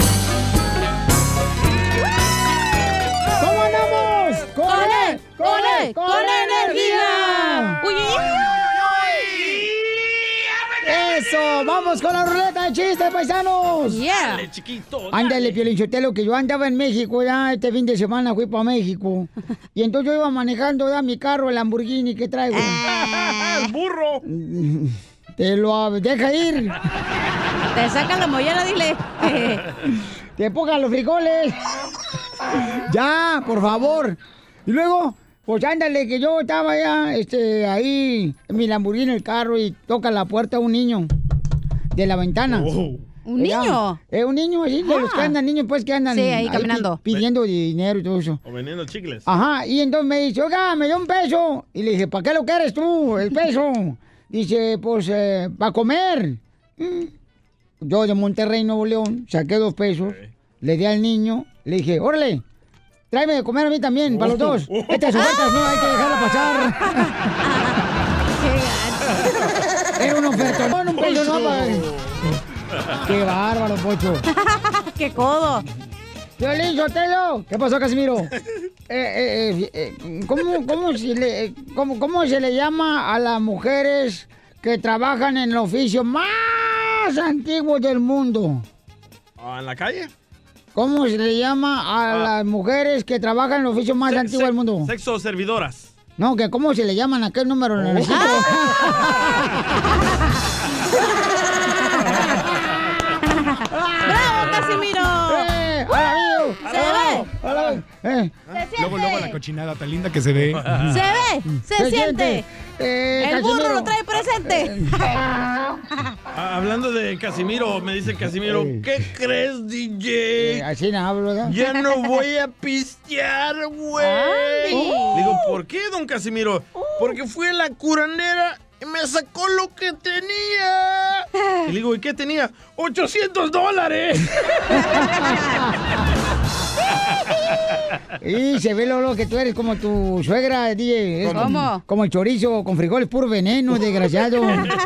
¿Cómo andamos? ¡Con energía! ¡Uy! ¡Eso! ¡Vamos con la ruleta de chistes, paisanos! ¡Yeah! Dale, chiquito, dale. Ándale, Piolinsotelo, que yo andaba en México ya, este fin de semana fui para México. Y entonces yo iba manejando ya mi carro, el Lamborghini que traigo. ¡El burro! Te lo deja ir. Te saca la mollera, dile. Te pongan los frijoles. Ya, por favor. Y luego, pues ándale, que yo estaba ya, ahí, en mi Lamborghini, el carro, y toca la puerta un niño de la ventana. ¿Un niño? Un niño así, de los que andan, niños pues que andan sí, ahí caminando. Pidiendo dinero y todo eso. O vendiendo chicles. Ajá, y entonces me dice, oiga, me dio $1 peso. Y le dije, ¿para qué lo quieres tú, el peso? Dice, pues, para comer. Yo de Monterrey, Nuevo León, saqué 2 pesos, le di al niño, le dije, órale, tráeme de comer a mí también, para los dos. Estas ofertas no hay que dejarla pasar. Era un ofertón, un peso, no, Qué bárbaro, Pocho. ¡Qué codo! Piolín Sotelo. ¿Qué pasó, Casimiro? ¿Cómo se le llama a las mujeres que trabajan en el oficio más antiguo del mundo? ¿En la calle? ¿Cómo se le llama a las mujeres que trabajan en el oficio más antiguo del mundo? Sexo servidoras. No, que ¿cómo se le llaman a qué número necesito? ¡Bravo, Casimiro! ¡A la mío! ¡Se ve! Luego la cochinada tan linda que se ve. Se ve, se siente. El burro Casimiro. lo trae presente. Hablando de Casimiro, me dice Casimiro, ¿qué crees, DJ? Así no hablo, ¿verdad? Ya no voy a pistear, güey. Digo, ¿por qué, don Casimiro? Porque fui a la curandera y me sacó lo que tenía. Y le digo, ¿y qué tenía? $800. Y se ve lo que tú eres como tu suegra, DJ. Es ¿Cómo? como el chorizo con frijoles, puro veneno, desgraciado.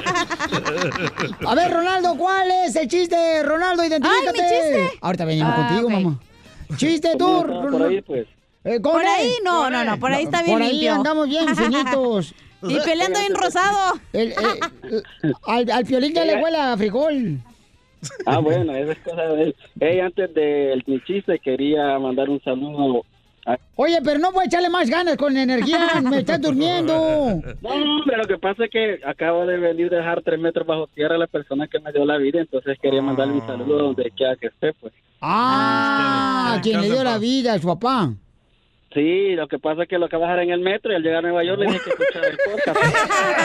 A ver, Ronaldo, ¿cuál es el chiste? Ronaldo, identifícate. ¡Ay, mi chiste! Ahorita venimos contigo, ok. mamá. Chiste tú. Por ahí, pues. ¿Cómo? Por ahí, no, por ahí está bien Por ahí limpio. andamos bien, finitos. Y peleando en rosado. Al Piolín ya le huele a frijol. Ah, bueno, esa es cosa de él. Antes del mi chiste, quería mandar un saludo. Oye, pero no voy a echarle más ganas con energía, me estás durmiendo. No, hombre, lo que pasa es que acabo de venir a dejar 3 metros bajo tierra a la persona que me dio la vida, entonces quería mandarle un saludo donde quiera que esté, pues. Quien le dio la vida a su papá. Sí, lo que pasa es que lo acabo de dejar en el metro y al llegar a Nueva York le dije que escuchara el podcast.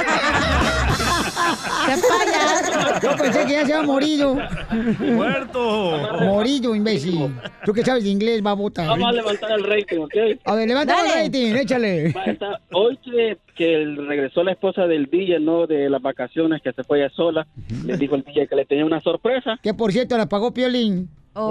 ¡Qué payaso! Yo pensé que ya se había morido. ¡Muerto! Morido, imbécil. ¿Tú qué sabes de inglés, babota? Vamos a levantar el rating, ¿ok? A ver, levanta el rating, échale. Hoy que regresó la esposa del DJ, ¿no? De las vacaciones, que se fue ella sola. Le dijo el DJ que le tenía una sorpresa. Que por cierto la pagó Piolín.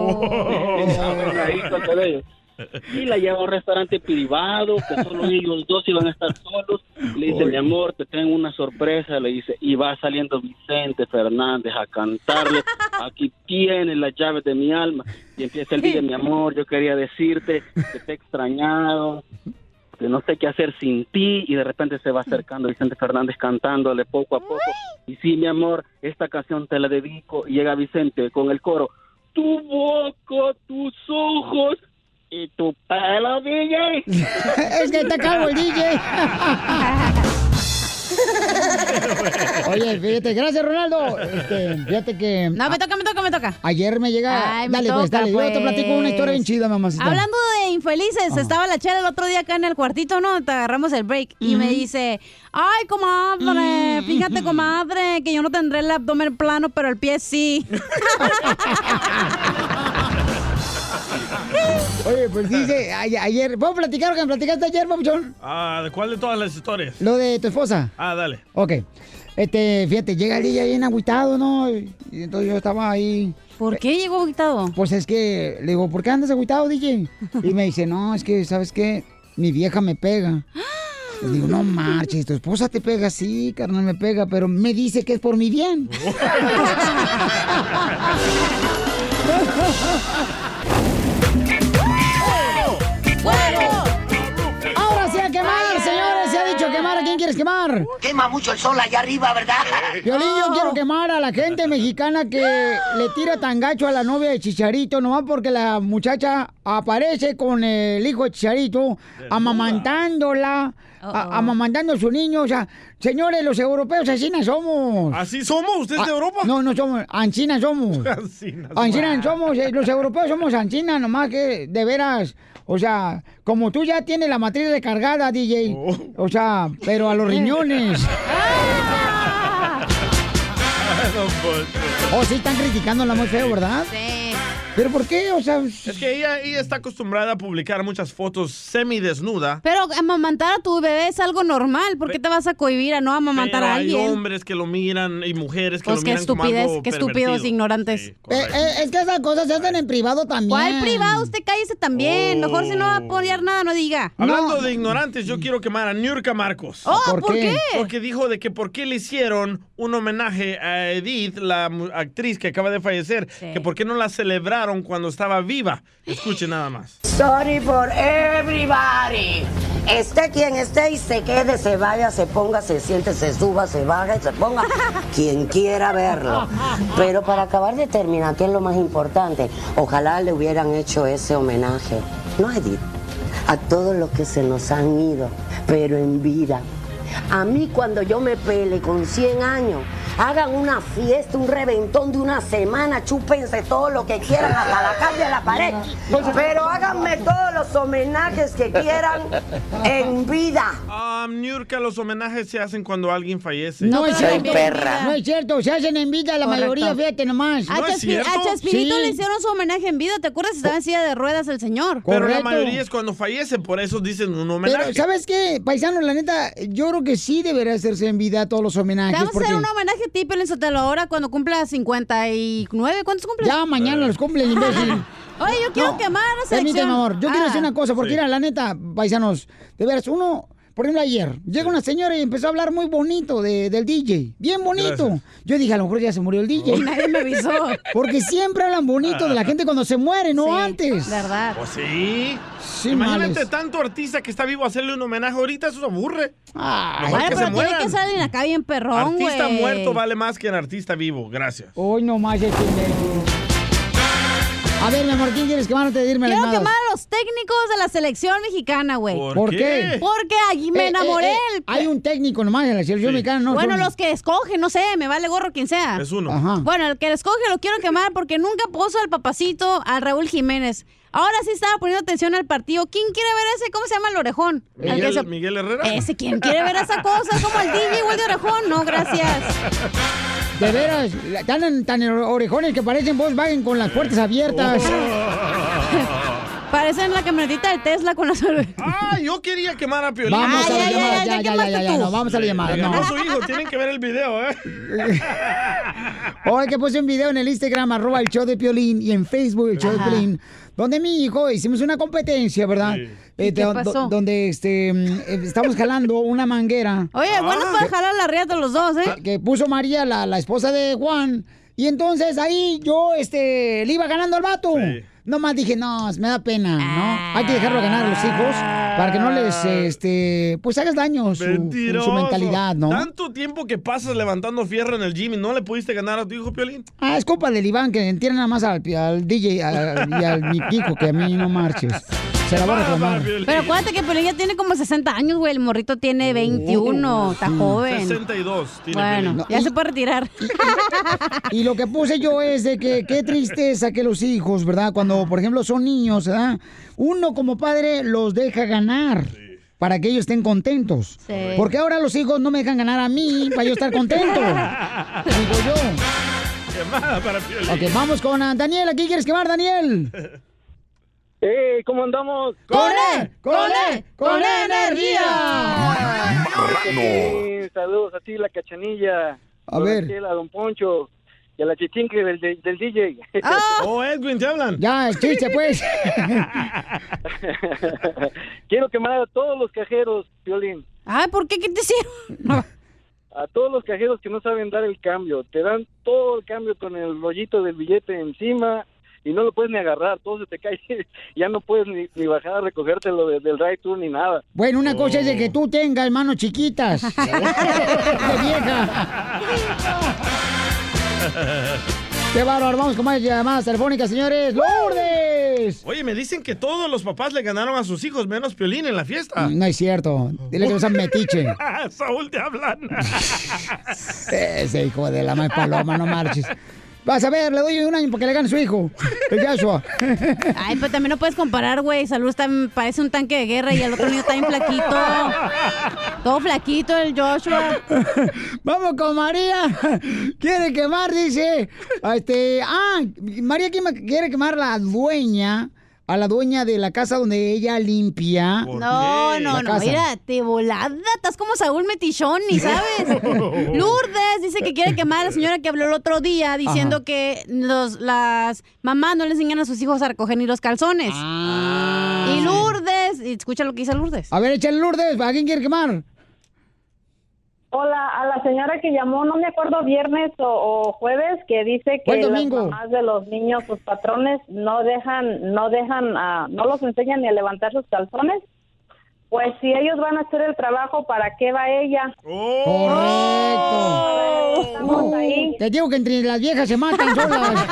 Ahí con ellos. Y la lleva a un restaurante privado, que solo ellos dos iban a estar solos. Le dice, mi amor, te tengo una sorpresa. Le dice, y va saliendo Vicente Fernández a cantarle, aquí tienes las llaves de mi alma. Y empieza el día, mi amor, yo quería decirte que te he extrañado, que no sé qué hacer sin ti. Y de repente se va acercando Vicente Fernández cantándole poco a poco. Y sí, mi amor, esta canción te la dedico. Y llega Vicente con el coro, tu boca, tus ojos y tu pelo, DJ. Es que está calvo el DJ. Oye, fíjate, gracias, Ronaldo. Fíjate que... No, me toca. Ayer me llega... Ay, dale, me toca, Yo te platico una historia bien chida, mamacita. Hablando de infelices, estaba la Chela el otro día acá en el cuartito, ¿no? Te agarramos el break. Y me dice, ay, comadre, fíjate, comadre, que yo no tendré el abdomen plano, pero el pie sí. Oye, pues dice, ayer... ¿Puedo platicar lo que me platicaste ayer, papuchón? ¿De cuál de todas las historias? Lo de tu esposa. Dale. Ok. Fíjate, llega el día bien agüitado, ¿no? Y entonces yo estaba ahí. ¿Por qué llegó agüitado? Pues es que, le digo, ¿por qué andas agüitado, DJ? Y me dice, no, es que, ¿sabes qué? Mi vieja me pega. Le digo, no marches, tu esposa te pega, sí, carnal, me pega, pero me dice que es por mi bien. Ahora sí a quemar, señores, se ha dicho quemar. ¿A quién quieres quemar? Quema mucho el sol allá arriba, ¿verdad? Piolín, yo quiero quemar a la gente mexicana que le tira tan gacho a la novia de Chicharito, nomás porque la muchacha aparece con el hijo de Chicharito, amamantándola, amamantando a su niño. O sea, señores, los europeos así no somos. ¿Así somos? ¿Usted es de Europa? No, no somos, ancina somos. Ancina somos, los europeos somos ancina, nomás que de veras... O sea, como tú ya tienes la matriz recargada, DJ. O sea, pero a los riñones. Sí, están criticándola muy feo, ¿verdad? Sí. ¿Pero por qué? O sea... Es que ella está acostumbrada a publicar muchas fotos semidesnuda. Pero amamantar a tu bebé es algo normal. ¿Por qué te vas a cohibir a no amamantar a alguien? Hay hombres que lo miran y mujeres que lo miran como algo qué estúpidos, ignorantes. Sí, es que esas cosas se hacen en privado también. ¿Cuál privado? Usted cállese también. Mejor si no va a apoyar nada, no diga. Hablando de ignorantes, yo quiero quemar a Niurka Marcos. ¿Por qué? Porque dijo de que por qué le hicieron un homenaje a Edith, la actriz que acaba de fallecer, que por qué no la celebraron cuando estaba viva. Escuchen nada más. Sorry for everybody. Esté quien esté y se quede, se vaya, se ponga, se siente, se suba, se baja y se ponga. Quien quiera verlo. Pero para acabar de terminar, ¿qué es lo más importante? Ojalá le hubieran hecho ese homenaje. No a Edith, a todos los que se nos han ido, pero en vida. A mí cuando yo me peleé con 100 años, hagan una fiesta, un reventón de una semana, chúpense todo lo que quieran, hasta la calle de la pared, pero háganme todos los homenajes que quieran en vida. Niurka, los homenajes se hacen cuando alguien fallece. No es cierto, no es cierto, se hacen en vida la mayoría, fíjate nomás. A Chespirito le hicieron su homenaje en vida, ¿te acuerdas? Estaba en silla de ruedas el señor. Pero la mayoría es cuando fallece, por eso dicen un homenaje. Pero, ¿sabes qué, paisano? La neta, yo creo que sí debería hacerse en vida todos los homenajes. Te vamos a hacer un homenaje a ti, Piolín Sotelo, ahora cuando cumpla 59. ¿Cuántos cumples? Ya, mañana los cumple el imbécil. Oye, yo quiero quemar a selección. Permíteme, amor, yo quiero decir una cosa, porque mira, la neta, paisanos, de veras, uno... Por ejemplo, ayer llega una señora y empezó a hablar muy bonito del DJ. Bien bonito. Gracias. Yo dije, a lo mejor ya se murió el DJ. Y nadie me avisó. Porque siempre hablan bonito de la gente cuando se muere, no antes. ¿Verdad? Pues sí. Imagínate tanto artista que está vivo hacerle un homenaje ahorita, eso se aburre. Vale, pero tiene que salir en acá bien perrón, güey. Artista muerto vale más que en artista vivo. Gracias. Hoy no más este. A ver, mi amor, ¿quién quieres quemar antes de irme? Quiero quemar a los técnicos de la selección mexicana, güey. ¿Por qué? Porque allí me enamoré. Hay un técnico nomás en la selección mexicana, ¿no? Bueno, los que escogen, no sé, me vale gorro quien sea. Es uno. Ajá. Bueno, el que le escoge lo quiero quemar porque nunca puso al papacito al Raúl Jiménez. Ahora sí estaba poniendo atención al partido. ¿Quién quiere ver ese? ¿Cómo se llama el orejón? Miguel Herrera. Ese, ¿quién quiere ver esa cosa? Como el DJ igual de orejón. No, gracias. De veras, tan orejones que parecen Volkswagen con las puertas abiertas. Parecen la camionetita de Tesla con la cerveza. Yo quería quemar a Piolín. Vamos a la llamada, ya, no, vamos a la llamada. No. Su hijo, tienen que ver el video, Hoy que puse un video en el Instagram, @el show de Piolín, y en Facebook, el show de Piolín, donde mi hijo hicimos una competencia, ¿verdad? Sí. ¿Qué pasó? Donde estamos jalando una manguera. Oye, bueno, para jalar la riata los dos, Que puso María, la esposa de Juan. Y entonces ahí yo le iba ganando al vato. Sí. Nomás dije, no, me da pena, ¿no? Hay que dejarlo ganar a los hijos para que no les, pues hagas daño su mentalidad, ¿no? Tanto tiempo que pasas levantando fierro en el gym y no le pudiste ganar a tu hijo, Piolín. Es culpa del Iván, que entiende nada más al DJ y al mi hijo, que a mí no marches. Se la voy a reclamar. Pero acuérdate que Piolín ya tiene como 60 años, güey. El morrito tiene 21. Está joven. 62 tiene Bueno, Piolín. ya se puede retirar. Y lo que puse yo es de que qué tristeza que los hijos, ¿verdad? Cuando, por ejemplo, son niños, ¿verdad? Uno como padre los deja ganar. Sí. Para que ellos estén contentos. Sí. Porque ahora los hijos no me dejan ganar a mí para yo estar contento. Digo yo. Quemada para Piolín. Ok, vamos con Daniel. ¿A quién quieres quemar, Daniel? ¿Cómo andamos? ¡Con energía! Saludos a ti, la Cachanilla. A ver. A Don Poncho y a la chichinque del DJ. Edwin, ¿te hablan? Ya, chiste, pues. Quiero quemar a todos los cajeros, Piolín. ¿Por qué? ¿Qué te hicieron? A todos los cajeros que no saben dar el cambio. Te dan todo el cambio con el rollito del billete encima y no lo puedes ni agarrar, todo se te cae, ya no puedes ni bajar a recogértelo del drive-thru ni nada. Bueno, una cosa es de que tú tengas manos chiquitas. ¡Qué vieja! ¡Qué bárbaro! Vamos con más llamadas telefónicas, señores. ¡Lourdes! Oye, me dicen que todos los papás le ganaron a sus hijos, menos Piolín en la fiesta. No es cierto. Dile que no sean metiche. Saúl, te hablan. Ese hijo de la madre paloma, no marches. Vas a ver, le doy un año para que le gane a su hijo, el Joshua. Ay, pero también no puedes comparar, güey. Salud parece un tanque de guerra y el otro niño está bien flaquito. Todo flaquito el Joshua. Vamos con María. Quiere quemar, dice. María quiere quemar a la dueña de la casa donde ella limpia. No, mira, te volada, estás como Saúl Metichón, ni sabes. Lourdes dice que quiere quemar a la señora que habló el otro día diciendo que las mamás no le enseñan a sus hijos a recoger ni los calzones. Y Lourdes, escucha lo que dice Lourdes. A ver, échale, Lourdes, ¿a quién quiere quemar? Hola, a la señora que llamó, no me acuerdo, viernes o jueves, que dice que las mamás de los niños, sus patrones, no los enseñan ni a levantar sus calzones. Pues si ellos van a hacer el trabajo, ¿para qué va ella? ¡Correcto! Estamos ahí. Te digo que entre las viejas se matan solas.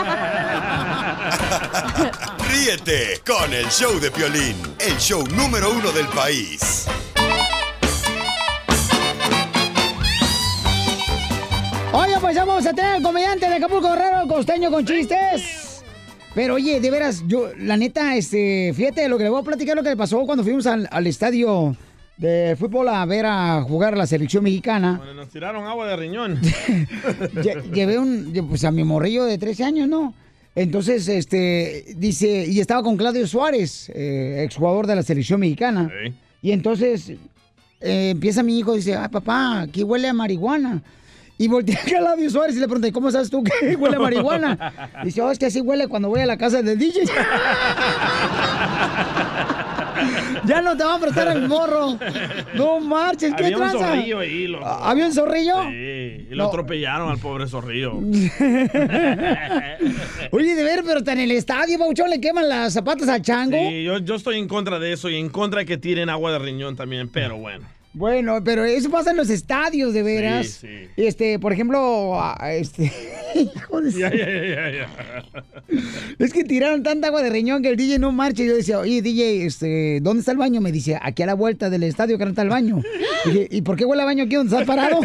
Ríete con el show de Piolín, el show número 1 del país. Oye, pues vamos a tener al comediante de Acapulco Guerrero, el Costeño con chistes. Pero oye, de veras, yo, la neta, fíjate lo que le voy a platicar, lo que le pasó cuando fuimos al estadio de fútbol a ver a jugar a la selección mexicana. Bueno, nos tiraron agua de riñón. Llevé pues a mi morrillo de 13 años, ¿no? Entonces, dice, y estaba con Claudio Suárez, exjugador de la selección mexicana. Sí. Y entonces empieza mi hijo, dice, ay, papá, aquí huele a marihuana. Y voltea a Claudio Suárez y le pregunté, ¿cómo sabes tú que huele a marihuana? Dice, es que así huele cuando voy a la casa del DJ. Ya no te va a prestar el morro. No marches, ¿qué tranza? Había un zorrillo ahí, loco. ¿Había un zorrillo? Sí, y lo atropellaron al pobre zorrillo. Oye, de ver, pero está en el estadio, Pauchón, le queman las zapatas al chango. Sí, yo estoy en contra de eso y en contra de que tiren agua de riñón también, pero bueno. Bueno, pero eso pasa en los estadios, de veras. Sí. Por ejemplo, hijo de Ya. Es que tiraron tanta agua de riñón que el DJ no marcha. Y yo decía, oye, DJ, ¿dónde está el baño? Me dice, aquí a la vuelta del estadio que no está el baño. Dije, ¿y por qué huele a baño aquí donde estás parado?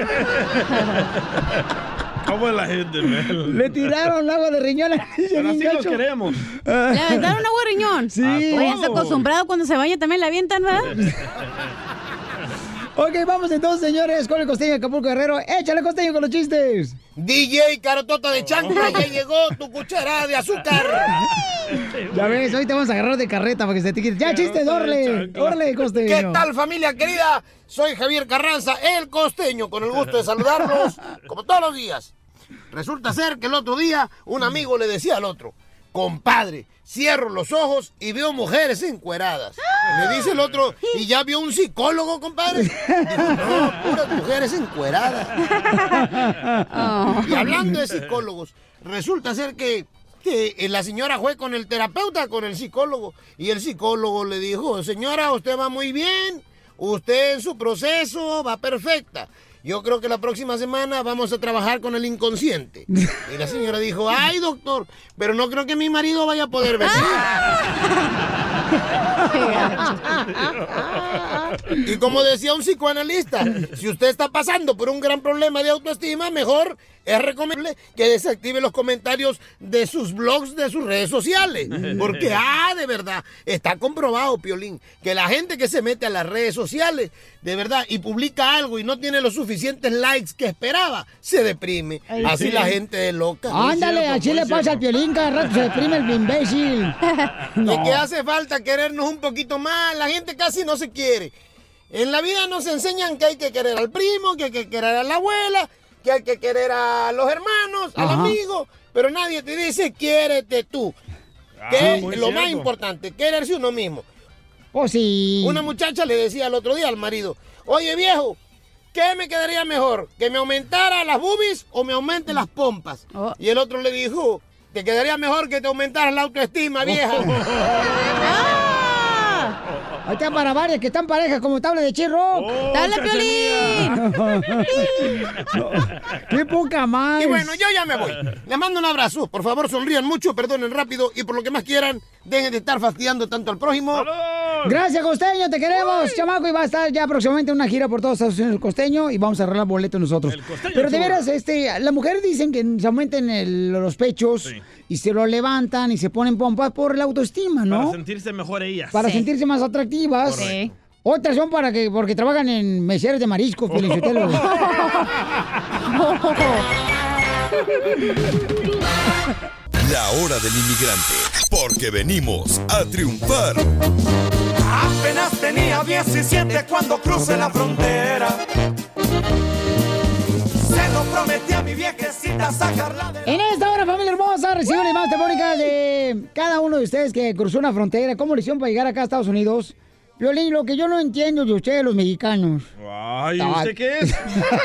¿Cómo es la gente, man? Le tiraron agua de riñón a Pero así los queremos. ¿Le aventaron agua de riñón? Sí. Oye, está acostumbrado cuando se baña también le avientan, ¿verdad? Ok, vamos entonces, señores, con el Costeño de Acapulco Guerrero. Échale, Costeño, con los chistes. DJ Carotota de Chancla, ya llegó tu cuchara de azúcar. Ya ves, hoy te vamos a agarrar de carreta para que se te quite. Ya, chistes, órale, Costeño. ¿Qué tal, familia querida? Soy Javier Carranza, el Costeño, con el gusto de saludarlos, como todos los días. Resulta ser que el otro día un amigo le decía al otro, compadre, cierro los ojos y veo mujeres encueradas. Me dice el otro, ¿y ya vio un psicólogo, compadre? Dijo, no, puras mujeres encueradas. Y hablando de psicólogos, resulta ser que la señora fue con el terapeuta, con el psicólogo, y el psicólogo le dijo, señora, usted va muy bien, usted en su proceso va perfecta. Yo creo que la próxima semana vamos a trabajar con el inconsciente. Y la señora dijo, ay, doctor, pero no creo que mi marido vaya a poder venir. Y como decía un psicoanalista, si usted está pasando por un gran problema de autoestima, mejor es recomendable que desactive los comentarios de sus blogs, de sus redes sociales. Porque, de verdad, está comprobado, Piolín, que la gente que se mete a las redes sociales, de verdad, y publica algo y no tiene los suficientes likes que esperaba, se deprime. Así la gente es loca. Ándale, así le pasa al Piolín, cada rato se deprime el imbécil. Es que hace falta querernos un poquito más, la gente casi no se quiere. En la vida nos enseñan que hay que querer al primo, que hay que querer a la abuela, que hay que querer a los hermanos, al amigo, pero nadie te dice quiérete tú. Que es lo más importante, quererse uno mismo. Oh, sí. Una muchacha le decía el otro día al marido, oye viejo, ¿qué me quedaría mejor? ¿Que me aumentara las boobies o me aumente las pompas? Y el otro le dijo, te quedaría mejor que te aumentaras la autoestima, vieja. Ahí está para varias que están parejas como tabla de chirro. ¡Dale, Piolín! No, ¡qué poca más! Y bueno, yo ya me voy. Les mando un abrazo. Por favor, sonrían mucho, perdonen rápido y por lo que más quieran, dejen de estar fastidiando tanto al prójimo. ¡Salud! Gracias, Costeño, te queremos, chamaco. Y va a estar ya próximamente una gira por todos Estados Unidos el Costeño y vamos a arreglar boletos nosotros. Pero de veras, las mujeres dicen que se aumenten los pechos y se lo levantan y se ponen pompas por la autoestima, ¿no? Para sentirse mejor ellas. Para sentirse más atractivas. Sí. Otras son porque trabajan en meseros de mariscos, Piolinsotelo. La hora del inmigrante, porque venimos a triunfar. Apenas tenía 17 cuando crucé la frontera. Se lo prometí a mi viejecita sacarla de... En esta hora, familia hermosa, recibo una llamada telefónica de cada uno de ustedes que cruzó una frontera. ¿Cómo le hicieron para llegar acá a Estados Unidos? Piolín, lo que yo no entiendo de ustedes, los mexicanos. Ay, ¿usted qué es?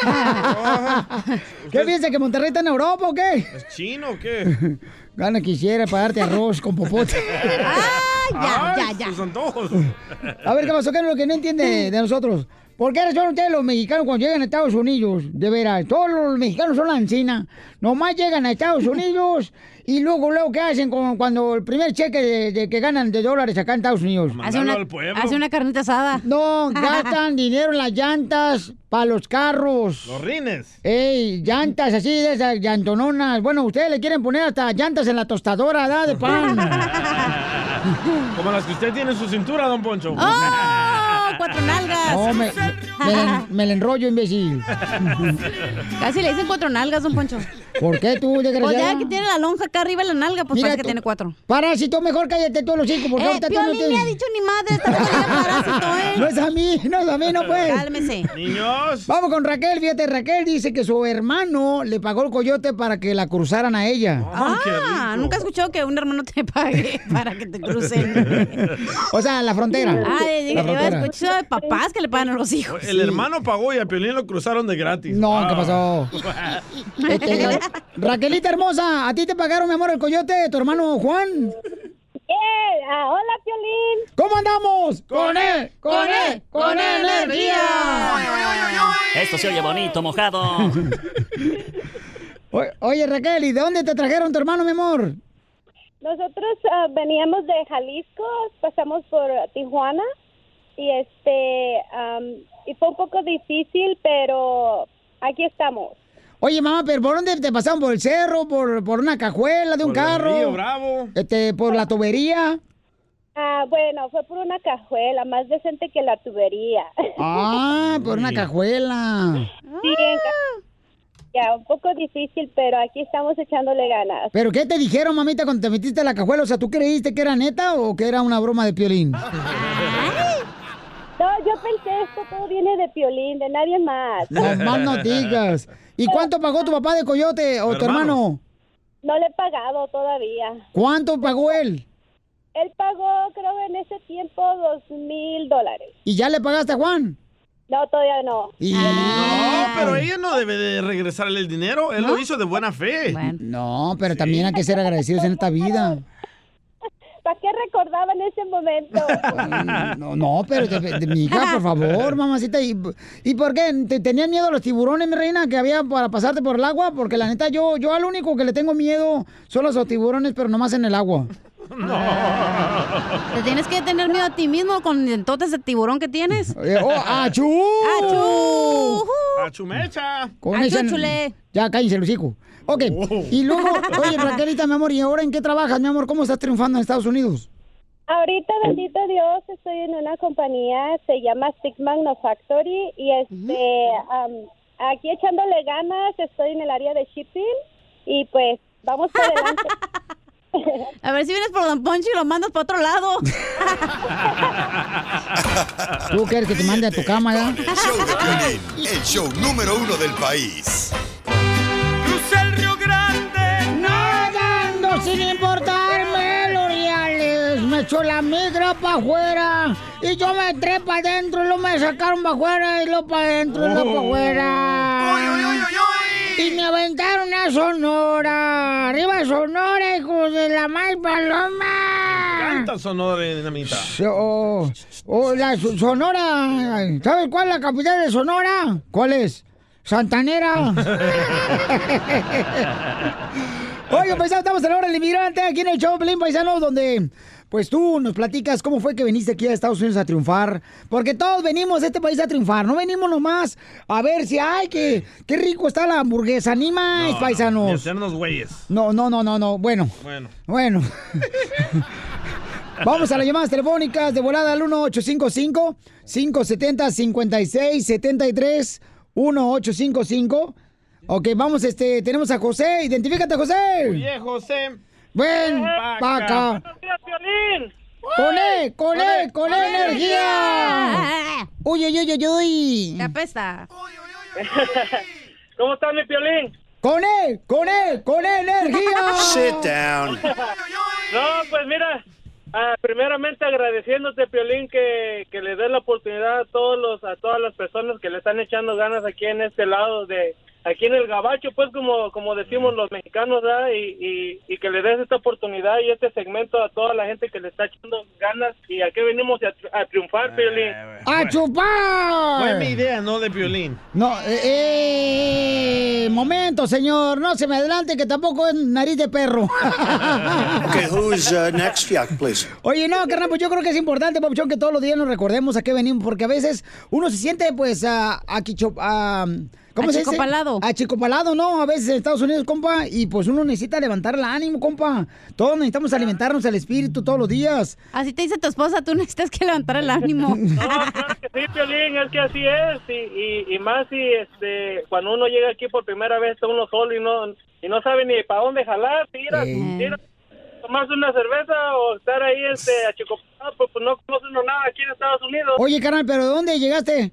¿Qué piensa, que Monterrey está en Europa o qué? ¿Es chino o qué? Gana quisiera pagarte arroz con popote. Ya. Sus antojos. A ver, ¿qué pasó? ¿Qué es lo que no entiende de nosotros? ¿Por qué son ustedes los mexicanos cuando llegan a Estados Unidos? De veras, todos los mexicanos son la encina. Nomás llegan a Estados Unidos y luego, ¿qué hacen cuando el primer cheque de que ganan de dólares acá en Estados Unidos? Hace una carnita asada. No, gastan dinero en las llantas para los carros. Los rines. Ey, llantas así de esas llantononas. Bueno, ustedes le quieren poner hasta llantas en la tostadora, ¿verdad? De pan. Como las que usted tiene en su cintura, don Poncho. ¡Oh! 4 nalgas. No, me le enrollo, imbécil. Casi le dicen 4 nalgas, don Poncho. ¿Por qué tú, desgraciada? Pues ya que tiene la lonja acá arriba en la nalga, pues parece que tiene 4. Parásito, mejor cállate todos los 5, porque ahorita tú no Piolín tienes... me ha dicho ni madre, está parásito, ¿eh? No es a mí, no pues. Cálmese. Niños. Vamos con Raquel, fíjate, Raquel dice que su hermano le pagó el coyote para que la cruzaran a ella. Nunca he escuchado que un hermano te pague para que te crucen. O sea, la frontera. He escuchado de papás que le pagan a los hijos. El hermano pagó y a Piolín lo cruzaron de gratis. No, ¿qué pasó? Raquelita hermosa, ¿a ti te pagaron, mi amor, el coyote de tu hermano Juan? Hola, Piolín. ¿Cómo andamos? ¡Con energía! Esto se oye bonito, mojado. Oye, Raquel, ¿y de dónde te trajeron tu hermano, mi amor? Nosotros veníamos de Jalisco, pasamos por Tijuana y y fue un poco difícil, pero aquí estamos. Oye, mamá, ¿pero por dónde te pasaron? ¿Por el cerro? ¿Por una cajuela de un carro? Por el Río Bravo. ¿Por la tubería? Bueno, fue por una cajuela, más decente que la tubería. Por una cajuela. Sí, ya, un poco difícil, pero aquí estamos echándole ganas. ¿Pero qué te dijeron, mamita, cuando te metiste a la cajuela? O sea, ¿tú creíste que era neta o que era una broma de Piolín? No, yo pensé, esto todo viene de Piolín, de nadie más. No, más no digas. ¿Y cuánto pagó tu papá de coyote o tu hermano? No le he pagado todavía. ¿Cuánto pagó él? Él pagó, creo, en ese tiempo, $2,000. ¿Y ya le pagaste a Juan? No, todavía no. No, pero ella no debe de regresarle el dinero. Él lo hizo de buena fe. Bueno. No, pero también hay que ser agradecidos en esta vida. ¿Para qué recordaba en ese momento? No, pero mi hija, por favor, mamacita. ¿Y por qué? ¿Te tenían miedo a los tiburones, mi reina, que había para pasarte por el agua? Porque la neta, yo al único que le tengo miedo son los tiburones, pero nomás en el agua. No. Te tienes que tener miedo a ti mismo con entonces el tiburón que tienes. ¡Achú! ¡Achú! ¡Achumecha! ¡Achúchule! Ya, cállense los hijos. Ok, y luego, oye, Raquelita, mi amor, ¿y ahora en qué trabajas, mi amor? ¿Cómo estás triunfando en Estados Unidos? Ahorita, bendito Dios, estoy en una compañía, se llama Stick Manufactory, y aquí echándole ganas, estoy en el área de shipping, y pues, vamos para adelante. A ver si vienes por Don Poncho y lo mandas para otro lado. ¿Tú quieres que te mande a tu cama, ya? El show de Piolín, el show número 1 del país. Crucé el Río Grande, nadando sin importarme los reales. Me echó la migra para afuera y yo me entré para adentro y luego me sacaron para afuera y luego para adentro y luego para afuera. Y me aventaron a Sonora. ¡Arriba Sonora, hijos de la mal paloma! Canta Sonora, dinamita. La Sonora. ¿Sabes cuál es la capital de Sonora? ¿Cuál es? Santanera. Oye, paisano, estamos en la hora del inmigrante aquí en el show Pelín, paisano, donde pues tú nos platicas cómo fue que viniste aquí a Estados Unidos a triunfar. Porque todos venimos a este país a triunfar. No venimos nomás a ver si, ay, qué rico está la hamburguesa. Ni más, paisanos. Ni hacernos güeyes. No. Bueno. Vamos a las llamadas telefónicas de volada al 1-855-570-5673. 1-855. Ok, vamos, tenemos a José. Identifícate, José. Oye, José. Ven, paca. Con energía. Uy. ¿Qué apesta? ¿Cómo está mi Piolín? Con energía. Sit down. No, pues mira, primeramente agradeciéndote, Piolín, que le des la oportunidad a todas las personas que le están echando ganas aquí en este lado de aquí en el gabacho, pues como decimos los mexicanos, ¿verdad? Y que le des esta oportunidad y este segmento a toda la gente que le está echando ganas. Y aquí venimos a triunfar, Piolín. ¡A chupar! Fue mi idea, no de Piolín. No, momento, señor, no se me adelante, que tampoco es nariz de perro. Okay, who's next, Fiac, please? Oye, no, carnal, pues yo creo que es importante, Papuchón, que todos los días nos recordemos a qué venimos, porque a veces uno se siente, pues, ¿cómo se dice? Achicopalado, ¿no? A veces en Estados Unidos, compa, y pues uno necesita levantar el ánimo, compa. Todos necesitamos alimentarnos el espíritu todos los días. Así te dice tu esposa, tú necesitas que levantar el ánimo. No, claro que sí, Piolín, es que así es. Y más si cuando uno llega aquí por primera vez, está uno solo y no sabe ni para dónde jalar, tira, tomarse una cerveza o estar ahí achicopalado, pues no conoce uno nada aquí en Estados Unidos. Oye, carnal, ¿pero de dónde llegaste?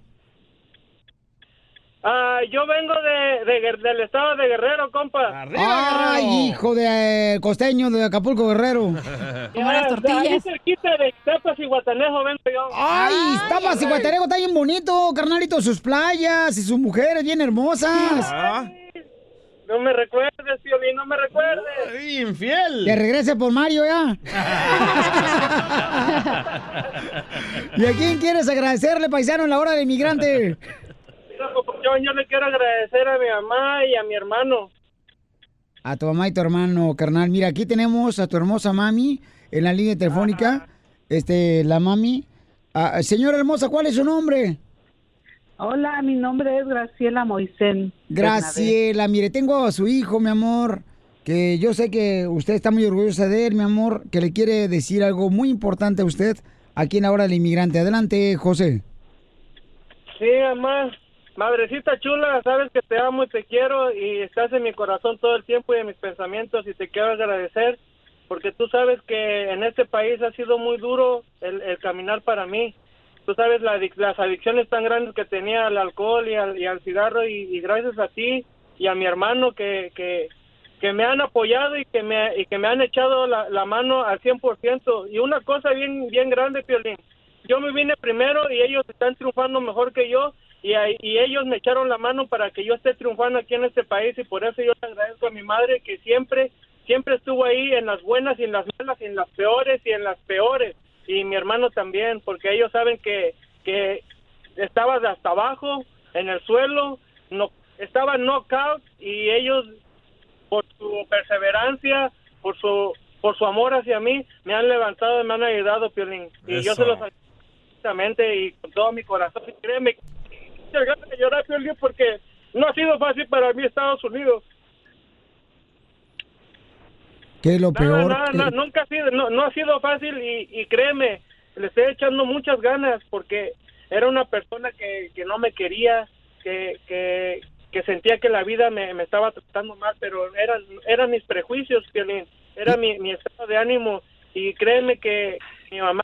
Yo vengo del estado de Guerrero, compa. ¡Ay, hijo de costeño de Acapulco, Guerrero! Como las tortillas. Ahí cerquita de Tapas y Guatanejo vengo yo. ¡Ay, Tapas y Guatanejo está bien bonito, carnalito! Sus playas y sus mujeres bien hermosas. No me recuerdes, Piolín, no me recuerdes. ¡Ay, infiel! Que regrese por Mario ya. ¿Y a quién quieres agradecerle, paisano, en la hora del inmigrante? Yo le quiero agradecer a mi mamá y a mi hermano. A tu mamá y tu hermano, carnal. Mira, aquí tenemos a tu hermosa mami en la línea telefónica. La mami. Señora hermosa, ¿cuál es su nombre? Hola, mi nombre es Graciela Moisén. Graciela, mire, tengo a su hijo, mi amor, que yo sé que usted está muy orgullosa de él, mi amor, que le quiere decir algo muy importante a usted aquí en la hora del inmigrante. Adelante, José. Sí, mamá. Madrecita chula, sabes que te amo y te quiero y estás en mi corazón todo el tiempo y en mis pensamientos y te quiero agradecer porque tú sabes que en este país ha sido muy duro el caminar para mí. Tú sabes las adicciones tan grandes que tenía al alcohol y al cigarro y gracias a ti y a mi hermano que me han apoyado y que me han echado la mano al 100%. Y una cosa bien grande, Piolín, yo me vine primero y ellos están triunfando mejor que yo. Y ellos me echaron la mano para que yo esté triunfando aquí en este país y por eso yo le agradezco a mi madre que siempre estuvo ahí en las buenas y en las malas y en las peores y en las peores y mi hermano también porque ellos saben que estaba hasta abajo en el suelo, estaba knockout y ellos por su perseverancia, por su amor hacia mí me han levantado y me han ayudado, Piolín, y yo se los agradezco y con todo mi corazón y créeme muchas ganas de llorar, Piolín, porque no ha sido fácil para mí Estados Unidos. ¿Qué es lo peor? Nunca ha sido, no ha sido fácil y créeme, le estoy echando muchas ganas porque era una persona que no me quería, que sentía que la vida me estaba tratando mal, pero eran mis prejuicios, Piolín, era mi estado de ánimo y créeme que mi mamá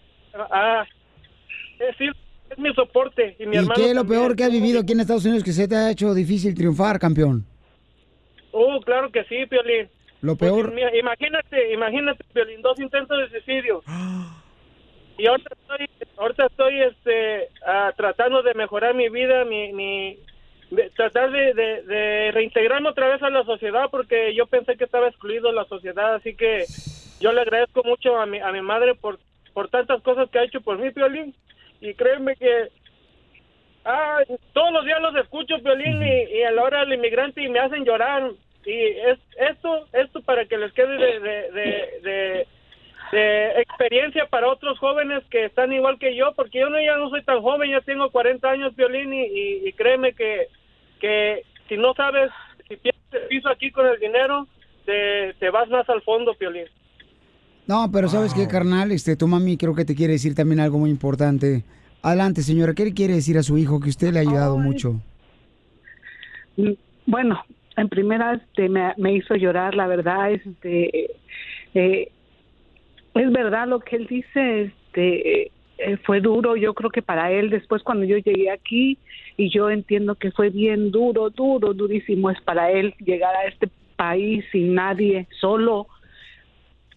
es mi soporte y mi hermano. ¿Y qué es lo también. peor que has vivido aquí en Estados Unidos que se te ha hecho difícil triunfar, campeón? Claro que sí, Piolín. Lo peor. Pues, imagínate, Piolín, 2 intentos de suicidio. Y ahorita estoy tratando de mejorar mi vida, tratar de reintegrarme otra vez a la sociedad porque yo pensé que estaba excluido de la sociedad, así que yo le agradezco mucho a mi madre por tantas cosas que ha hecho por mí, Piolín. Y créeme que todos los días los escucho, Piolín, y a la hora del inmigrante y me hacen llorar. Y esto para que les quede de experiencia para otros jóvenes que están igual que yo, porque yo ya no soy tan joven, ya tengo 40 años, Piolín, y créeme que si no sabes, si pierdes el piso aquí con el dinero, te vas más al fondo, Piolín. No, pero ¿sabes qué, carnal? Tu mami creo que te quiere decir también algo muy importante. Adelante, señora. ¿Qué le quiere decir a su hijo que usted le ha ayudado mucho? Bueno, en primera me hizo llorar, la verdad. Es verdad lo que él dice. Fue duro, yo creo que para él después cuando yo llegué aquí y yo entiendo que fue bien durísimo es para él llegar a este país sin nadie, solo.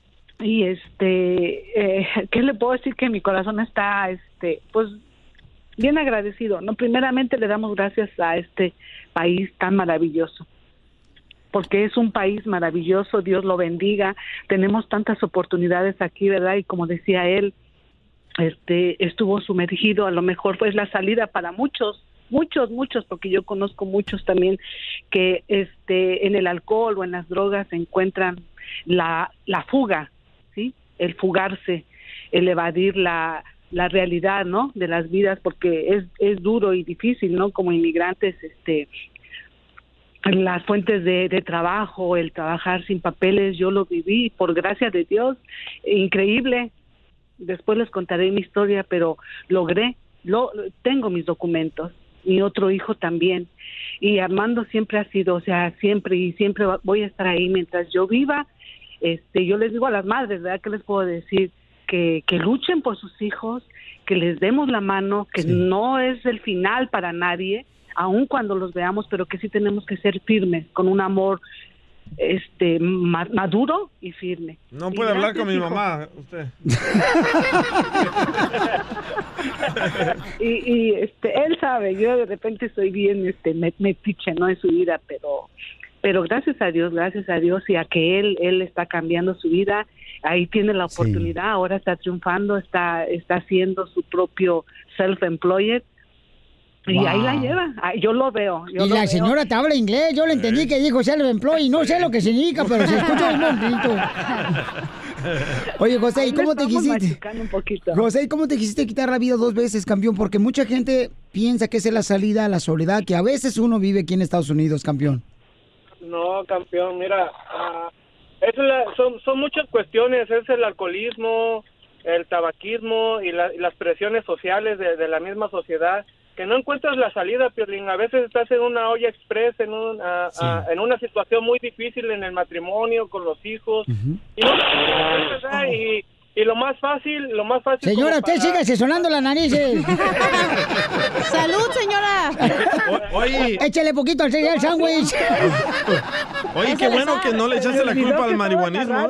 Y ¿qué le puedo decir? Que mi corazón está pues bien agradecido. No, primeramente le damos gracias a este país tan maravilloso, porque es un país maravilloso, Dios lo bendiga. Tenemos tantas oportunidades aquí, ¿verdad? Y como decía él, estuvo sumergido, a lo mejor fue la salida para muchos, porque yo conozco muchos también que en el alcohol o en las drogas se encuentran la fuga, ¿sí? El fugarse, el evadir la realidad, ¿no? De las vidas, porque es duro y difícil, ¿no? Como inmigrantes, las fuentes de trabajo, el trabajar sin papeles, yo lo viví, por gracia de Dios, increíble. Después les contaré mi historia, pero tengo mis documentos, mi otro hijo también, y Armando siempre ha sido, siempre voy a estar ahí mientras yo viva. Yo les digo a las madres, ¿verdad? ¿Qué les puedo decir? Que luchen por sus hijos, que les demos la mano, que no es el final para nadie, aun cuando los veamos, pero que sí tenemos que ser firmes, con un amor maduro y firme. No puede hablar con mi mamá, usted. y él sabe, yo de repente soy bien metiche, ¿no? En su vida, pero gracias a Dios y a que él está cambiando su vida. Ahí tiene la oportunidad, ahora está triunfando, está haciendo su propio self-employed. Y ahí la lleva, yo lo veo. Y la señora te habla inglés, yo le entendí que dijo self-employed, no sé lo que significa, pero se escucha un momentito. Oye, José, ¿y cómo te quisiste? José, ¿y cómo te quisiste quitar la vida 2 veces, campeón? Porque mucha gente piensa que esa es la salida a la soledad que a veces uno vive aquí en Estados Unidos, campeón. No, campeón, mira, son muchas cuestiones, es el alcoholismo, el tabaquismo y las presiones sociales de la misma sociedad, que no encuentras la salida, Piolín. A veces estás en una olla express, en una situación muy difícil en el matrimonio, con los hijos, y lo más fácil... Señora, usted sigue asesorando las narices. ¡Salud, señora! Oye... Échale poquito al cereal sándwich. Oye, qué bueno que no le echaste la culpa al marihuanismo.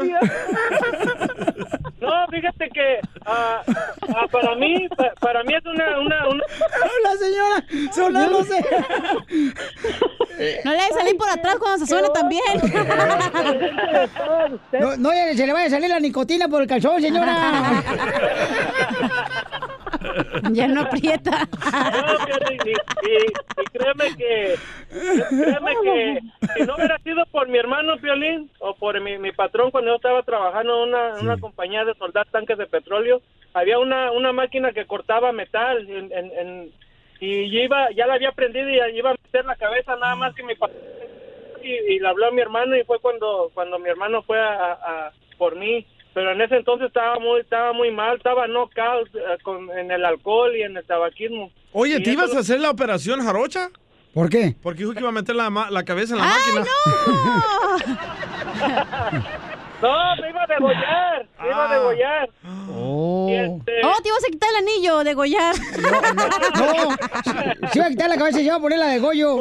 No, fíjate que para mí es una... La señora sonándose. No le debe salir por atrás cuando se suena también. No se le vaya a salir la nicotina por el calzón, señora. Ya no aprieta. No, y créeme que si no hubiera sido por mi hermano Piolín o por mi patrón cuando yo estaba trabajando en una compañía de soldar tanques de petróleo, había una máquina que cortaba metal y ya la había prendido y iba a meter la cabeza nada más que mi patrón y le habló a mi hermano y fue cuando mi hermano fue a por mí. Pero en ese entonces estaba muy mal, estaba knockout en el alcohol y en el tabaquismo. Oye, ¿te ibas a hacer la operación jarocha? ¿Por qué? Porque dijo que iba a meter la cabeza en la máquina. No, me iba a degollar, Oh. Te ibas a quitar el anillo, degollar. No, se iba a quitar la cabeza y se iba a poner la de Goyo.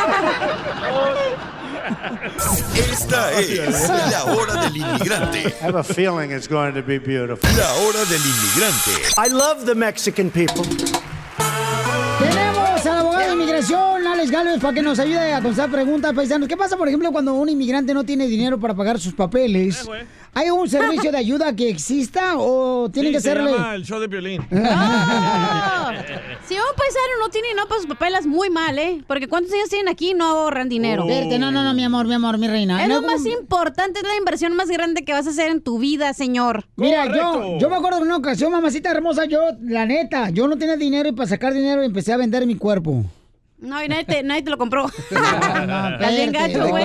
Esta es la hora del inmigrante. I have a feeling it's going to be beautiful. La hora del inmigrante. I love the Mexican people. Tenemos al abogado de inmigración, Alex Gálvez, para que nos ayude a contestar preguntas, paisanos. ¿Qué pasa, por ejemplo, cuando un inmigrante no tiene dinero para pagar sus papeles? ¿Hay un servicio de ayuda que exista o tienen que hacerle? Se llama el show de Piolín. No. Si un paisano no tiene dinero para sus papeles, muy mal, ¿eh? Porque ¿cuántos años tienen aquí y no ahorran dinero? No, mi amor, mi reina. Es lo más importante, es la inversión más grande que vas a hacer en tu vida, señor. Mira, yo me acuerdo de una ocasión, mamacita hermosa, la neta, yo no tenía dinero y para sacar dinero empecé a vender mi cuerpo. No, y nadie te lo compró. Estás bien gacho, güey.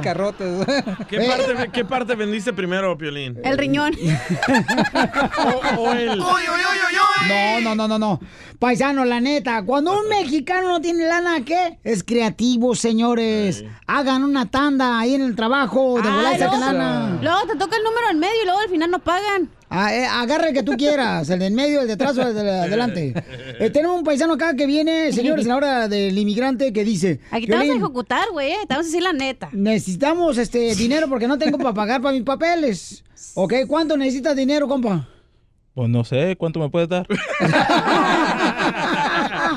¿Qué parte vendiste primero, Piolín? El riñón. o el... No. Paisano, la neta, cuando un mexicano no tiene lana, ¿qué? Es creativo, señores. Hagan una tanda ahí en el trabajo, de volar y saquen lana. Luego te toca el número en medio y luego al final no pagan. Agarra el que tú quieras, el de en medio, el de atrás o el de adelante. Tenemos un paisano acá que viene, señores, en la hora del inmigrante, que dice... Aquí te vas a ejecutar, güey, te vamos a decir la neta. Necesitamos dinero porque no tengo para pagar para mis papeles. ¿Ok? ¿Cuánto necesitas dinero, compa? Pues no sé, ¿cuánto me puedes dar?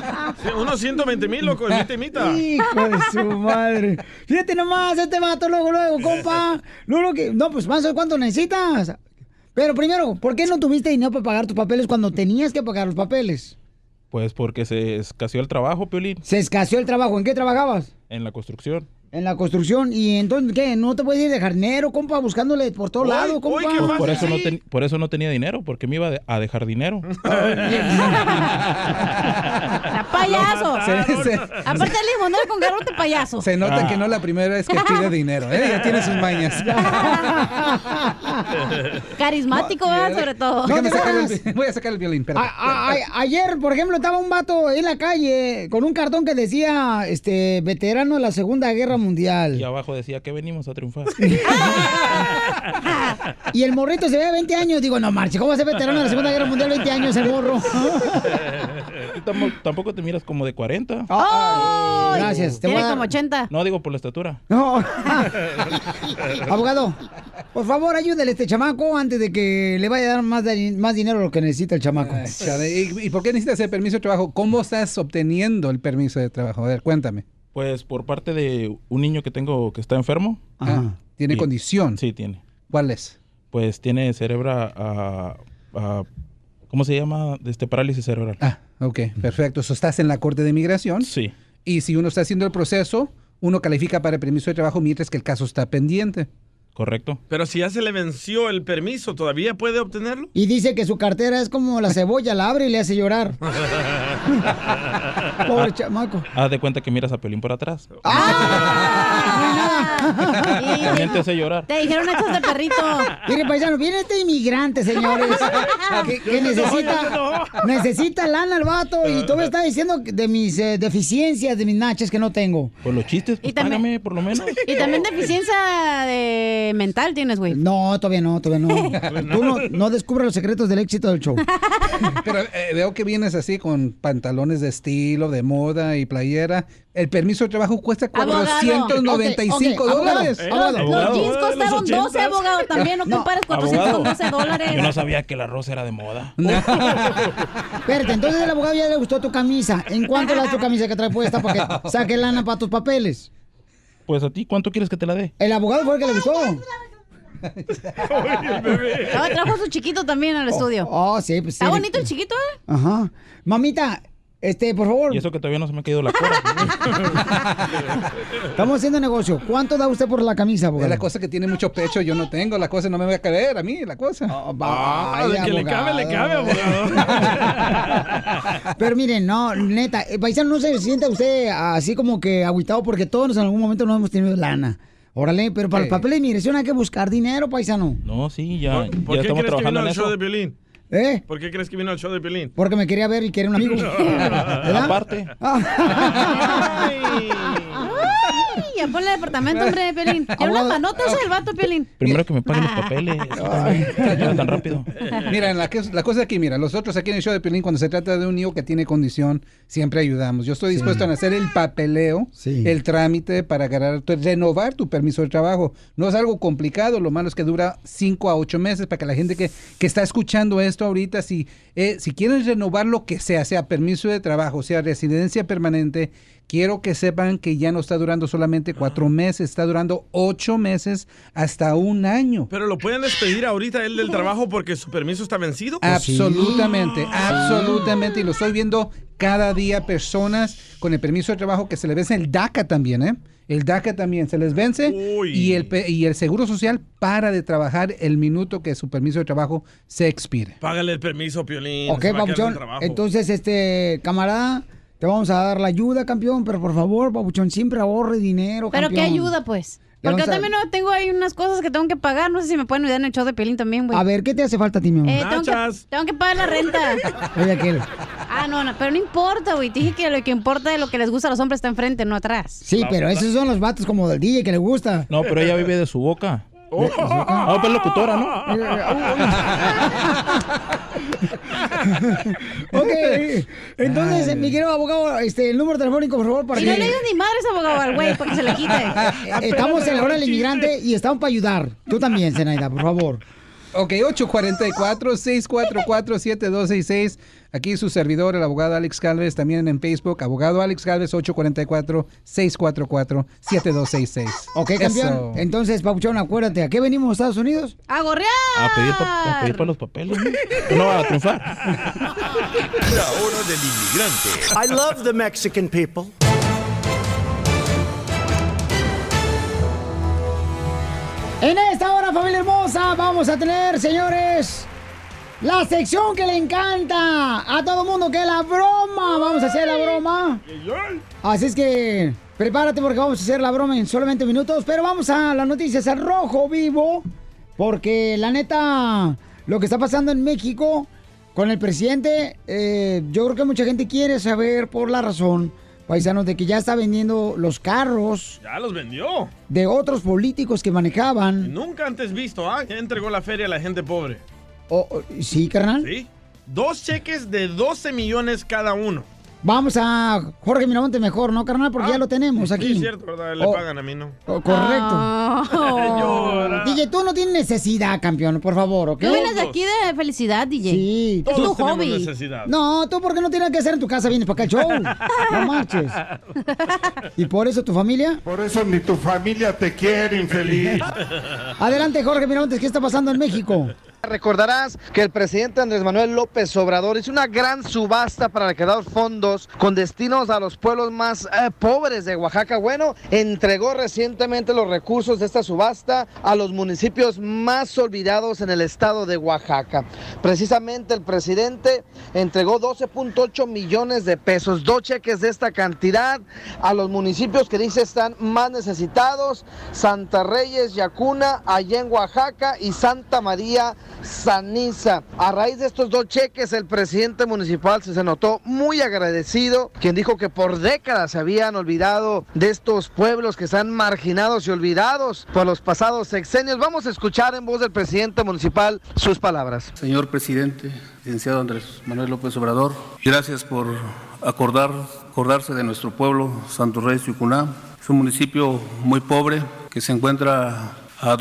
Unos 120,000, loco, mitad. Hijo de su madre. Fíjate nomás, este vato, luego, compa. Luego que... No, pues, más ¿cuánto necesitas? Pero primero, ¿por qué no tuviste dinero para pagar tus papeles cuando tenías que pagar los papeles? Pues porque se escaseó el trabajo, Piolín. ¿Se escaseó el trabajo? ¿En qué trabajabas? En la construcción. En la construcción. ¿Y entonces qué? ¿No te puedes ir de jardinero, compa, buscándole por todos lados, compa? Pues por eso no tenía dinero, porque me iba a dejar dinero. ¡La payaso! Aparte el limonero con garrote payaso. Se nota que no es la primera vez que pide dinero, ¿eh? Ya tiene sus mañas. Carismático, ¿verdad? Sobre todo. Voy a sacar el violín. Ayer, por ejemplo, estaba un vato en la calle con un cartón que decía, veterano de la Segunda Guerra Mundial. Y abajo decía que venimos a triunfar. Y el morrito se ve 20 años. Digo, no marche, ¿cómo va a ser veterano de la Segunda Guerra Mundial 20 años el morro? Tampoco te miras como de 40. Oh, gracias. Tiene como 80. No, digo por la estatura. No. Abogado, por favor, ayúdale a este chamaco antes de que le vaya a dar más dinero de lo que necesita el chamaco. ¿Y por qué necesitas el permiso de trabajo? ¿Cómo estás obteniendo el permiso de trabajo? A ver, cuéntame. Pues por parte de un niño que tengo que está enfermo. ¿Tiene condición? Sí, tiene. ¿Cuál es? Pues tiene ¿cómo se llama? Parálisis cerebral. Ok, perfecto. ¿Estás en la Corte de Inmigración? Sí. Y si uno está haciendo el proceso, uno califica para el permiso de trabajo mientras que el caso está pendiente. Correcto. Pero si ya se le venció el permiso, ¿todavía puede obtenerlo? Y dice que su cartera es como la cebolla, la abre y le hace llorar. Pobre chamaco. Haz de cuenta que miras a Piolín por atrás. También te hace llorar. Te dijeron hechos de perrito. Mire, paisano, viene este inmigrante, señores, que necesita lana el vato y tú me estás diciendo de mis deficiencias, de mis nachas que no tengo. Por los chistes, pues págame por lo menos. Y también deficiencia mental tienes, güey. No, todavía no. Tú no descubres los secretos del éxito del show. Pero veo que vienes así con pantalones de estilo, de moda y playera. El permiso de trabajo cuesta $495. Los jeans costaron 12, abogado. También no compares 400 con $12. Yo no sabía que el arroz era de moda. Espérate, entonces el abogado ya le gustó tu camisa. ¿En cuánto le das tu camisa que trae puesta para que saque lana para tus papeles? Pues a ti, ¿cuánto quieres que te la dé? El abogado fue el que le gustó. Trajo su chiquito también al estudio. Sí, pues sí. Está bonito el chiquito, ¿eh? Ajá. Mamita, por favor. Y eso que todavía no se me ha caído la cora. Estamos haciendo negocio. ¿Cuánto da usted por la camisa, abogado? Es la cosa que tiene mucho pecho, yo no tengo. La cosa no me va a caber a mí, la cosa. De que le cabe, abogado. Pero miren, no, neta, paisano, no se sienta usted así como que agüitado porque todos en algún momento no hemos tenido lana. Órale, pero para el papel de inmigración hay que buscar dinero, paisano. No, sí, ya. ¿Por ya qué estamos crees que vino trabajando en al show eso. de Piolín? ¿Por qué crees que vino al show de Piolín? Porque me quería ver y quería un amigo. ¿Verdad? Aparte. Ya ponle el departamento, hombre, Piolín. Tiene unas manotas el vato, Piolín. Primero que me paguen los papeles. No tan rápido. Mira, la cosa aquí, nosotros aquí en el show de Piolín, cuando se trata de un niño que tiene condición, siempre ayudamos. Yo estoy dispuesto a hacer el papeleo, el trámite para renovar tu permiso de trabajo. No es algo complicado, lo malo es que dura 5 a 8 meses para que la gente que está escuchando esto ahorita, si quieren renovar lo que sea permiso de trabajo, sea residencia permanente, quiero que sepan que ya no está durando solamente 4 meses, está durando 8 meses hasta 1 año. ¿Pero lo pueden despedir ahorita él del trabajo porque su permiso está vencido? Absolutamente, absolutamente. Y lo estoy viendo cada día, personas con el permiso de trabajo que se les vence el DACA también, ¿eh? El DACA también se les vence y el Seguro Social para de trabajar el minuto que su permiso de trabajo se expire. Págale el permiso, Piolín. Ok, Papuchón. Entonces, camarada, te vamos a dar la ayuda, campeón, pero por favor, Papuchón, siempre ahorre dinero, ¿Pero campeón. qué ayuda, pues? Porque yo también tengo ahí unas cosas que tengo que pagar. No sé si me pueden ayudar en el show de Piolín también, güey. A ver, ¿qué te hace falta a ti, mi amor? Tengo que pagar la renta. Oye, aquel. No, pero no importa, güey. Te dije que lo que importa de lo que les gusta a los hombres está enfrente, no atrás. Sí, pero esos son los vatos como del DJ que le gusta. No, pero ella vive de su boca. Pues locutora, ¿no? Ok, entonces, mi querido abogado, el número telefónico, por favor, para y que... no le digas ni madres, abogado, al güey, para que se le quite. Estamos en la hora del inmigrante y estamos para ayudar. Tú también, Zenaida, por favor. Ok, 844-644-7266. Aquí su servidor, el abogado Alex Galvez, también en Facebook, abogado Alex Galvez, 844-644-7266. Ok, campeón. Eso. Entonces, Papuchón, acuérdate, ¿a qué venimos a Estados Unidos? ¡A gorrear! A pedir para los papeles, ¿no? No, a triunfar. La hora del inmigrante. I love the Mexican people. En esta hora, familia hermosa, vamos a tener, señores, la sección que le encanta a todo mundo, que es la broma. Vamos a hacer la broma. Así es que prepárate porque vamos a hacer la broma en solamente minutos. Pero vamos a las noticias al rojo vivo, porque la neta, lo que está pasando en México con el presidente, yo creo que mucha gente quiere saber por la razón, paisanos, de que ya está vendiendo los carros Ya los vendió. de otros políticos que manejaban. Nunca antes visto, ¿ah? Ya entregó la feria a la gente pobre. ¿Sí, carnal? Sí. 2 cheques de 12 millones cada uno. Vamos a Jorge Miramontes mejor, ¿no, carnal? Porque ya lo tenemos aquí. Sí, es cierto, ¿verdad? Le pagan a mí, ¿no? Correcto. Llora. DJ, tú no tienes necesidad, campeón, por favor, ¿ok? Tú vienes de aquí de felicidad, DJ. Sí. Es tu Todos tenemos hobby. necesidad. No, tú porque no tienes nada que hacer en tu casa, vienes para acá al show. No marches. ¿Y por eso tu familia? Por eso ni tu familia te quiere, infeliz. Adelante, Jorge Miramontes, ¿qué está pasando en México? Recordarás que el presidente Andrés Manuel López Obrador hizo una gran subasta para recaudar fondos con destinos a los pueblos más pobres de Oaxaca. Bueno, entregó recientemente los recursos de esta subasta a los municipios más olvidados en el estado de Oaxaca. Precisamente el presidente entregó 12.8 millones de pesos, 2 cheques de esta cantidad a los municipios que dice están más necesitados: Santa Reyes, Yacuna, allá en Oaxaca, y Santa María Saniza. A raíz de estos 2 cheques, el presidente municipal se notó muy agradecido, quien dijo que por décadas se habían olvidado de estos pueblos que están marginados y olvidados por los pasados sexenios. Vamos a escuchar en voz del presidente municipal sus palabras. Señor presidente, licenciado Andrés Manuel López Obrador, gracias por acordarse de nuestro pueblo, Santo Reyes, Yucuná. Es un municipio muy pobre que se encuentra a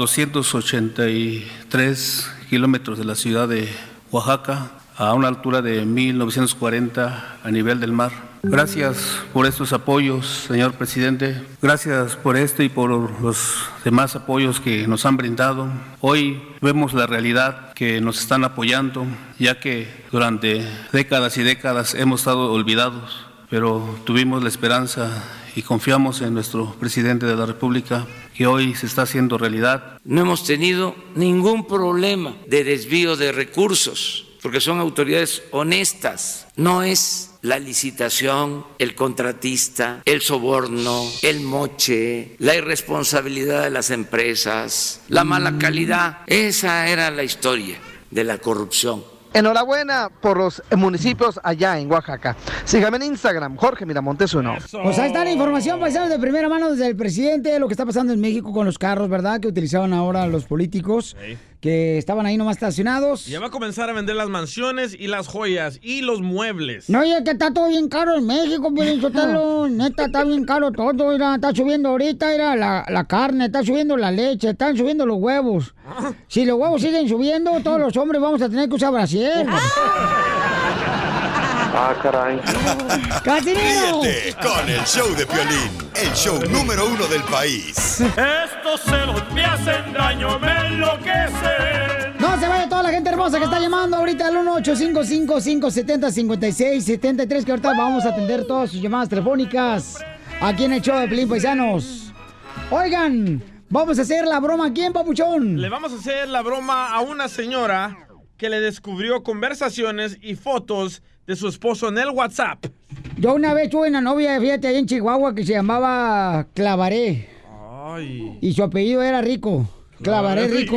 283 kilómetros de la ciudad de Oaxaca, a una altura de 1940 a nivel del mar. Gracias por estos apoyos, señor presidente. Gracias por esto y por los demás apoyos que nos han brindado. Hoy vemos la realidad que nos están apoyando, ya que durante décadas y décadas hemos estado olvidados, pero tuvimos la esperanza y confiamos en nuestro presidente de la República, que hoy se está haciendo realidad. No hemos tenido ningún problema de desvío de recursos, porque son autoridades honestas. No es la licitación, el contratista, el soborno, el moche, la irresponsabilidad de las empresas, la mala calidad. Esa era la historia de la corrupción. Enhorabuena por los municipios allá en Oaxaca. Sígame en Instagram, Jorge Miramontes 1. Pues ahí está la información, paisanos, de primera mano desde el presidente, de lo que está pasando en México con los carros, ¿verdad? Que utilizaban ahora los políticos, que estaban ahí nomás estacionados. Ya va a comenzar a vender las mansiones y las joyas y los muebles. No, oye, que está todo bien caro en México, neta, está bien caro todo, mira, está subiendo ahorita, mira, la carne, está subiendo la leche, están subiendo los huevos. Si los huevos siguen subiendo, todos los hombres vamos a tener que usar brasier. Ah, caray. ¡Casimiro! Ríete con el show de Piolín, el show número 1 del país. Estos celos me hacen daño, me enloquecen. No se vaya toda la gente hermosa que está llamando ahorita al 1-855-570-5673, que ahorita vamos a atender todas sus llamadas telefónicas aquí en el show de Piolín, paisanos. Oigan, vamos a hacer la broma. ¿A quién, papuchón? Le vamos a hacer la broma a una señora que le descubrió conversaciones y fotos de su esposo en el WhatsApp. Yo una vez tuve una novia, fíjate, ahí en Chihuahua, que se llamaba Clavaré. Ay. Y su apellido era Rico. Clavaré Rico.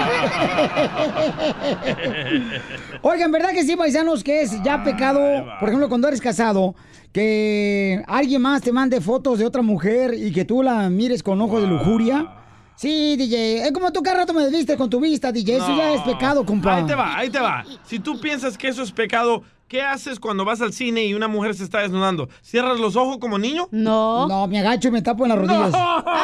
Oigan, ¿verdad que sí, paisanos, que es ya pecado, por ejemplo, cuando eres casado, que alguien más te mande fotos de otra mujer y que tú la mires con ojos de lujuria? Sí, DJ, es como tú cada rato me desviste con tu vista, DJ, eso ya es pecado, compa. Ahí te va. Si tú piensas que eso es pecado, ¿qué haces cuando vas al cine y una mujer se está desnudando? ¿Cierras los ojos como niño? No. No, me agacho y me tapo en las rodillas.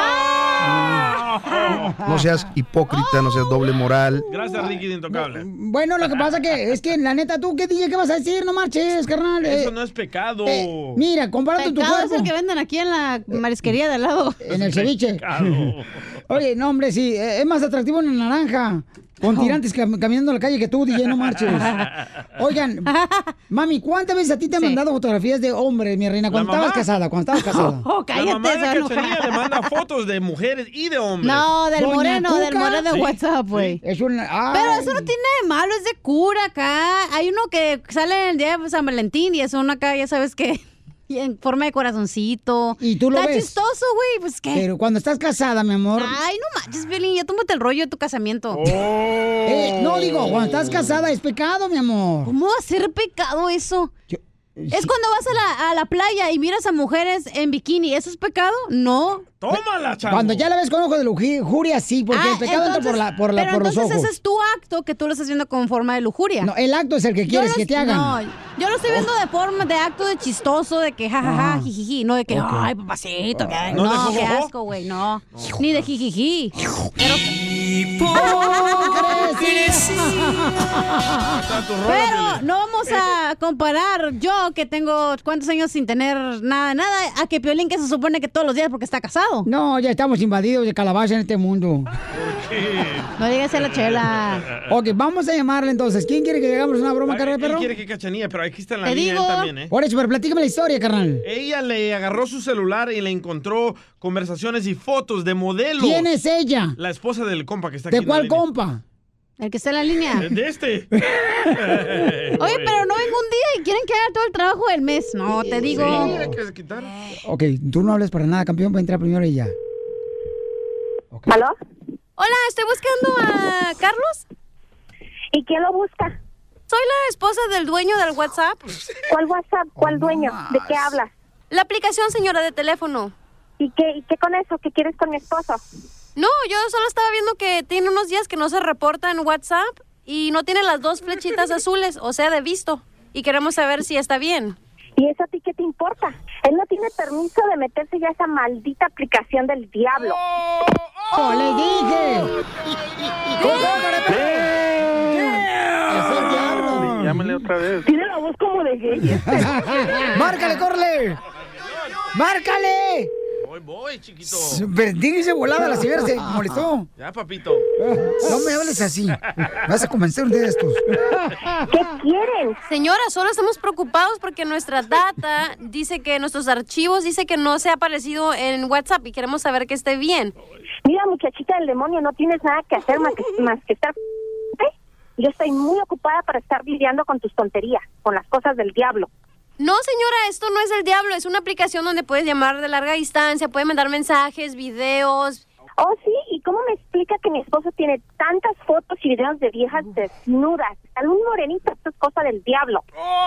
No seas hipócrita, no seas doble moral. Gracias, Ricky de Intocable. Bueno, lo que pasa es que la neta, tú, ¿qué vas a decir? No marches, carnal. Eso no es pecado. Mira, compárate tu Pecado cuerpo. es el que venden aquí en la marisquería de al lado. En el ceviche. Oye, no, hombre, sí, es más atractivo en el naranja. Con tirantes caminando en la calle que tú, DJ, no marches. Oigan, mami, ¿cuántas veces a ti te han mandado fotografías de hombres, mi reina? Cuando estabas casada, Oh, cállate, La mamá de se va a enojar. Cachanilla le manda fotos de mujeres y de hombres. No, del Doña moreno Cuca. de Sí. WhatsApp, güey. Es un... Pero eso no tiene de malo, es de cura acá. Hay uno que sale el día de San Valentín y es uno acá, ya sabes que... Y en forma de corazoncito. ¿Y tú lo Está ves? chistoso, güey, pues qué. Pero cuando estás casada, mi amor... Ay, no manches, Violín, ya tómate el rollo de tu casamiento. no, digo, cuando estás casada es pecado, mi amor. ¿Cómo va a ser pecado eso? Es cuando vas a la playa y miras a mujeres en bikini. ¿Eso es pecado? No. ¡Tómala, chavo! Cuando ya la ves con ojos de lujuria, sí, porque el pecado entra por los entonces ojos. ese es tu acto que tú lo estás viendo con forma de lujuria. No, el acto es el que quieres que te hagan. No, yo lo estoy viendo de forma de acto de chistoso, de que jajaja, jijiji, no de que, ay, papacito, que, ¿No de no, qué jojojo? asco, güey, no. Ni de jijiji. Pero no vamos a comparar yo, que tengo cuántos años sin tener nada, a que Piolín, que se supone que todos los días porque está casado. No, ya estamos invadidos de calabaza en este mundo. No digas a la chela. Ok, vamos a llamarle entonces. ¿Quién quiere que hagamos una broma, cara de Él perro? quiere que Cachanilla, pero aquí está en la Te línea digo. él también, ¿eh? Por eso, pero platícame la historia, carnal. Ella le agarró su celular y le encontró conversaciones y fotos de modelos. ¿Quién es ella? La esposa del compa que está aquí ¿De en la cuál línea. compa? El que está en la línea. De este. Oye, pero no vengo un día y quieren que haga todo el trabajo del mes. No, te digo. Sí, hay que quitar. Ok, tú no hables para nada, campeón, para entrar primero ella. ¿Aló? Hola, estoy buscando a Carlos. ¿Y quién lo busca? Soy la esposa del dueño del WhatsApp. ¿Cuál WhatsApp? ¿Cuál dueño? ¿De qué hablas? La aplicación, señora, de teléfono. ¿Y qué con eso? ¿Qué quieres con mi esposo? No, yo solo estaba viendo que tiene unos días que no se reporta en WhatsApp y no tiene las dos flechitas azules, o sea, de visto. Y queremos saber si está bien. ¿Y eso a ti qué te importa? Él no tiene permiso de meterse ya a esa maldita aplicación del diablo. ¡Oh, le dije! ¡Es el diablo! Llámale otra vez. Tiene la voz como de gay. ¡Márcale, córrele! ¡Márcale! Voy, chiquito. Dígase volada, la señora se molestó. Ya, papito. No me hables así. Vas a convencer un día de estos. ¿Qué quieren? Señora, solo estamos preocupados porque nuestra data dice que nuestros archivos dice que no se ha aparecido en WhatsApp y queremos saber que esté bien. Mira, muchachita del demonio, no tienes nada que hacer más que estar... Yo estoy muy ocupada para estar lidiando con tus tonterías, con las cosas del diablo. No, señora, esto no es el diablo, es una aplicación donde puedes llamar de larga distancia, puedes mandar mensajes, videos. Oh, sí, ¿y cómo me explica que mi esposo tiene tantas fotos y videos de viejas desnudas? Algún morenito, esto es cosa del diablo.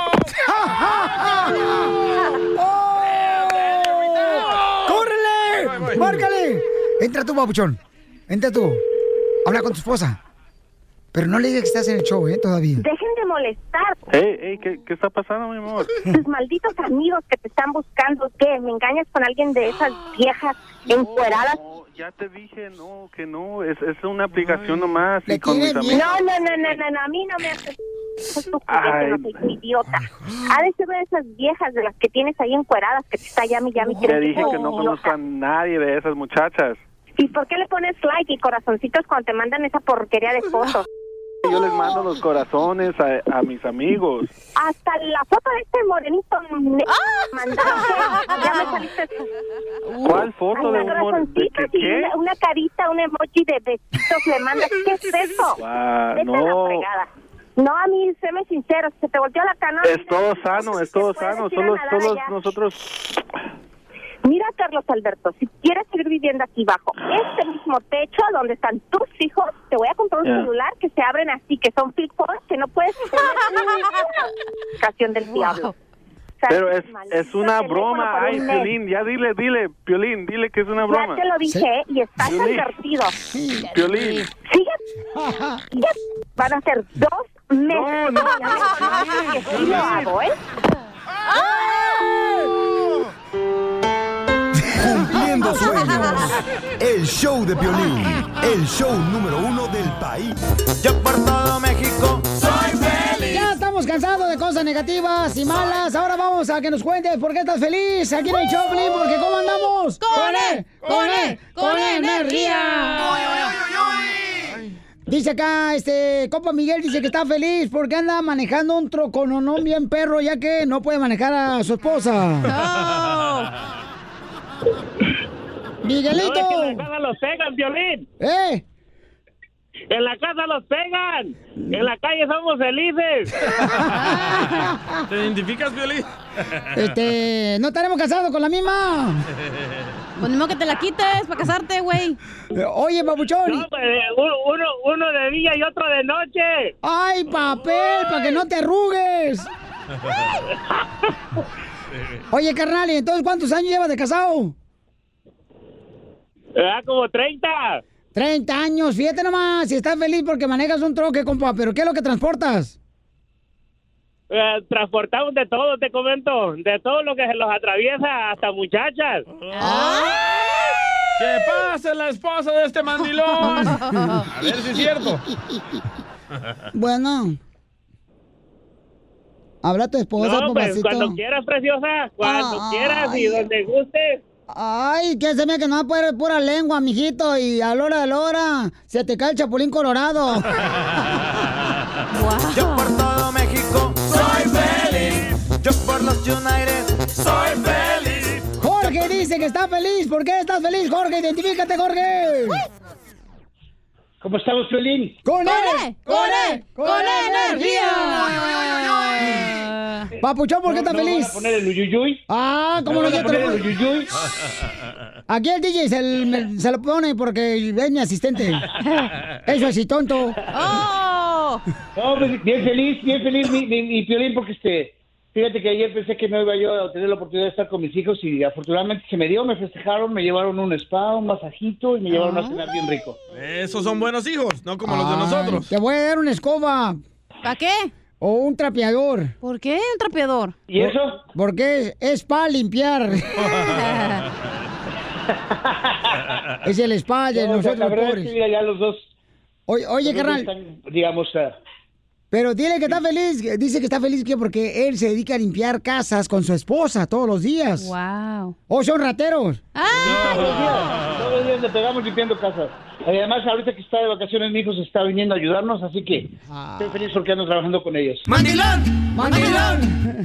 ¡Córrele! ¡Márcale! Entra tú, babuchón. Entra tú. Habla con tu esposa. Pero no le digas que estás en el show, todavía. Dejen de molestar. ¿Qué está pasando, mi amor? Tus malditos amigos que te están buscando, ¿qué? ¿Me engañas con alguien de esas viejas encueradas? No, ya te dije, que no, es una aplicación nomás. Y con mis amigos. No, a mí no me haces... No soy idiota. Ha de ser de esas viejas de las que tienes ahí encueradas que te está llame. Te dije que no conozco a nadie de esas muchachas. ¿Y por qué le pones like y corazoncitos cuando te mandan esa porquería de fotos? Yo les mando los corazones a mis amigos. Hasta la foto de este morenito mandaste. Ya me saliste. ¿Cuál foto de un corazoncitos y una carita, un emoji de besitos le mandas? ¿Qué es eso? Vete a la fregada. No, a mí, séme sincero, se te volteó la cana. Es todo sano. Solo nosotros... Mira, Carlos Alberto, si quieres seguir viviendo aquí bajo este mismo techo donde están tus hijos, te voy a comprar un celular que se abren así, que son flip phones, que no puedes poner ninguna aplicación del diablo. Pero es una broma. Ay, Piolín, ya dile, Piolín, dile que es una broma. Ya te lo dije y estás Piolín. advertido. Piolín. Sigue. Van a ser 2 No, no. Sí lo hago, ¿eh? Cumpliendo sueños. El show de Piolín. El show número 1 del país. Yo por todo México soy feliz. Ya estamos cansados de cosas negativas y malas. Ahora vamos a que nos cuentes por qué estás feliz aquí en el show, Piolín, porque ¿cómo andamos? ¡Con energía! Dice acá, compa Miguel dice que está feliz porque anda manejando un trocononón bien perro, ya que no puede manejar a su esposa. Miguelito. No, es que en la casa los pegan, Piolín. En la casa los pegan. En la calle somos felices. ¿Te identificas, Piolín? No estaremos casados con la misma. Pues ni modo que te la quites para casarte, güey. Oye, papuchón. No, pues, uno de día y otro de noche. ¡Ay, papel! Para que no te arrugues. Oye, carnal, ¿y entonces cuántos años llevas de casado? Como 30. 30 años, fíjate nomás, si estás feliz porque manejas un troque, compa, pero ¿qué es lo que transportas? Transportamos de todo, te comento, de todo lo que se los atraviesa, hasta muchachas. ¡Que pase la esposa de este mandilón! A ver si es cierto. Bueno. Habla tu esposa, no, pues, papacito. cuando quieras, preciosa, cuando quieras y donde gustes. Ay, que se me que no va a poder pura lengua, mijito, y a la hora de la hora se te cae el chapulín colorado. Yo por todo México soy feliz. Yo por los United soy feliz. Jorge dice que está feliz. ¿Por qué estás feliz, Jorge? Identifícate, Jorge. ¿Cómo estamos, Piolín? ¡Con energía! Papuchón, ¿por qué estás feliz? ¿Van a poner el uyuyuy? Ah, ¿cómo no? ¿Van a poner el uyuyuy? Aquí el DJ se lo pone porque es mi asistente. Eso así, tonto. ¡Oh! No, pues, bien feliz, mi Piolín, porque fíjate que ayer pensé que no iba yo a tener la oportunidad de estar con mis hijos y afortunadamente se me dio, me festejaron, me llevaron un spa, un masajito y me llevaron a cenar bien rico. Esos son buenos hijos, no como los de nosotros. Te voy a dar una escoba. ¿Para qué? O un trapeador. ¿Por qué un trapeador? ¿Y eso? Porque es para limpiar. Es el spa de nosotros, la verdad pobres. es que mira, ya los dos. Oye, carnal. Están, digamos, pero dile que está feliz. Dice que está feliz porque él se dedica a limpiar casas con su esposa todos los días. Wow. ¿O son rateros? Todos los días le pegamos limpiando casas. Además, ahorita que está de vacaciones, mi hijo se está viniendo a ayudarnos, así que estoy feliz porque ando trabajando con ellos. ¡Mandilón! ¡Mandilón!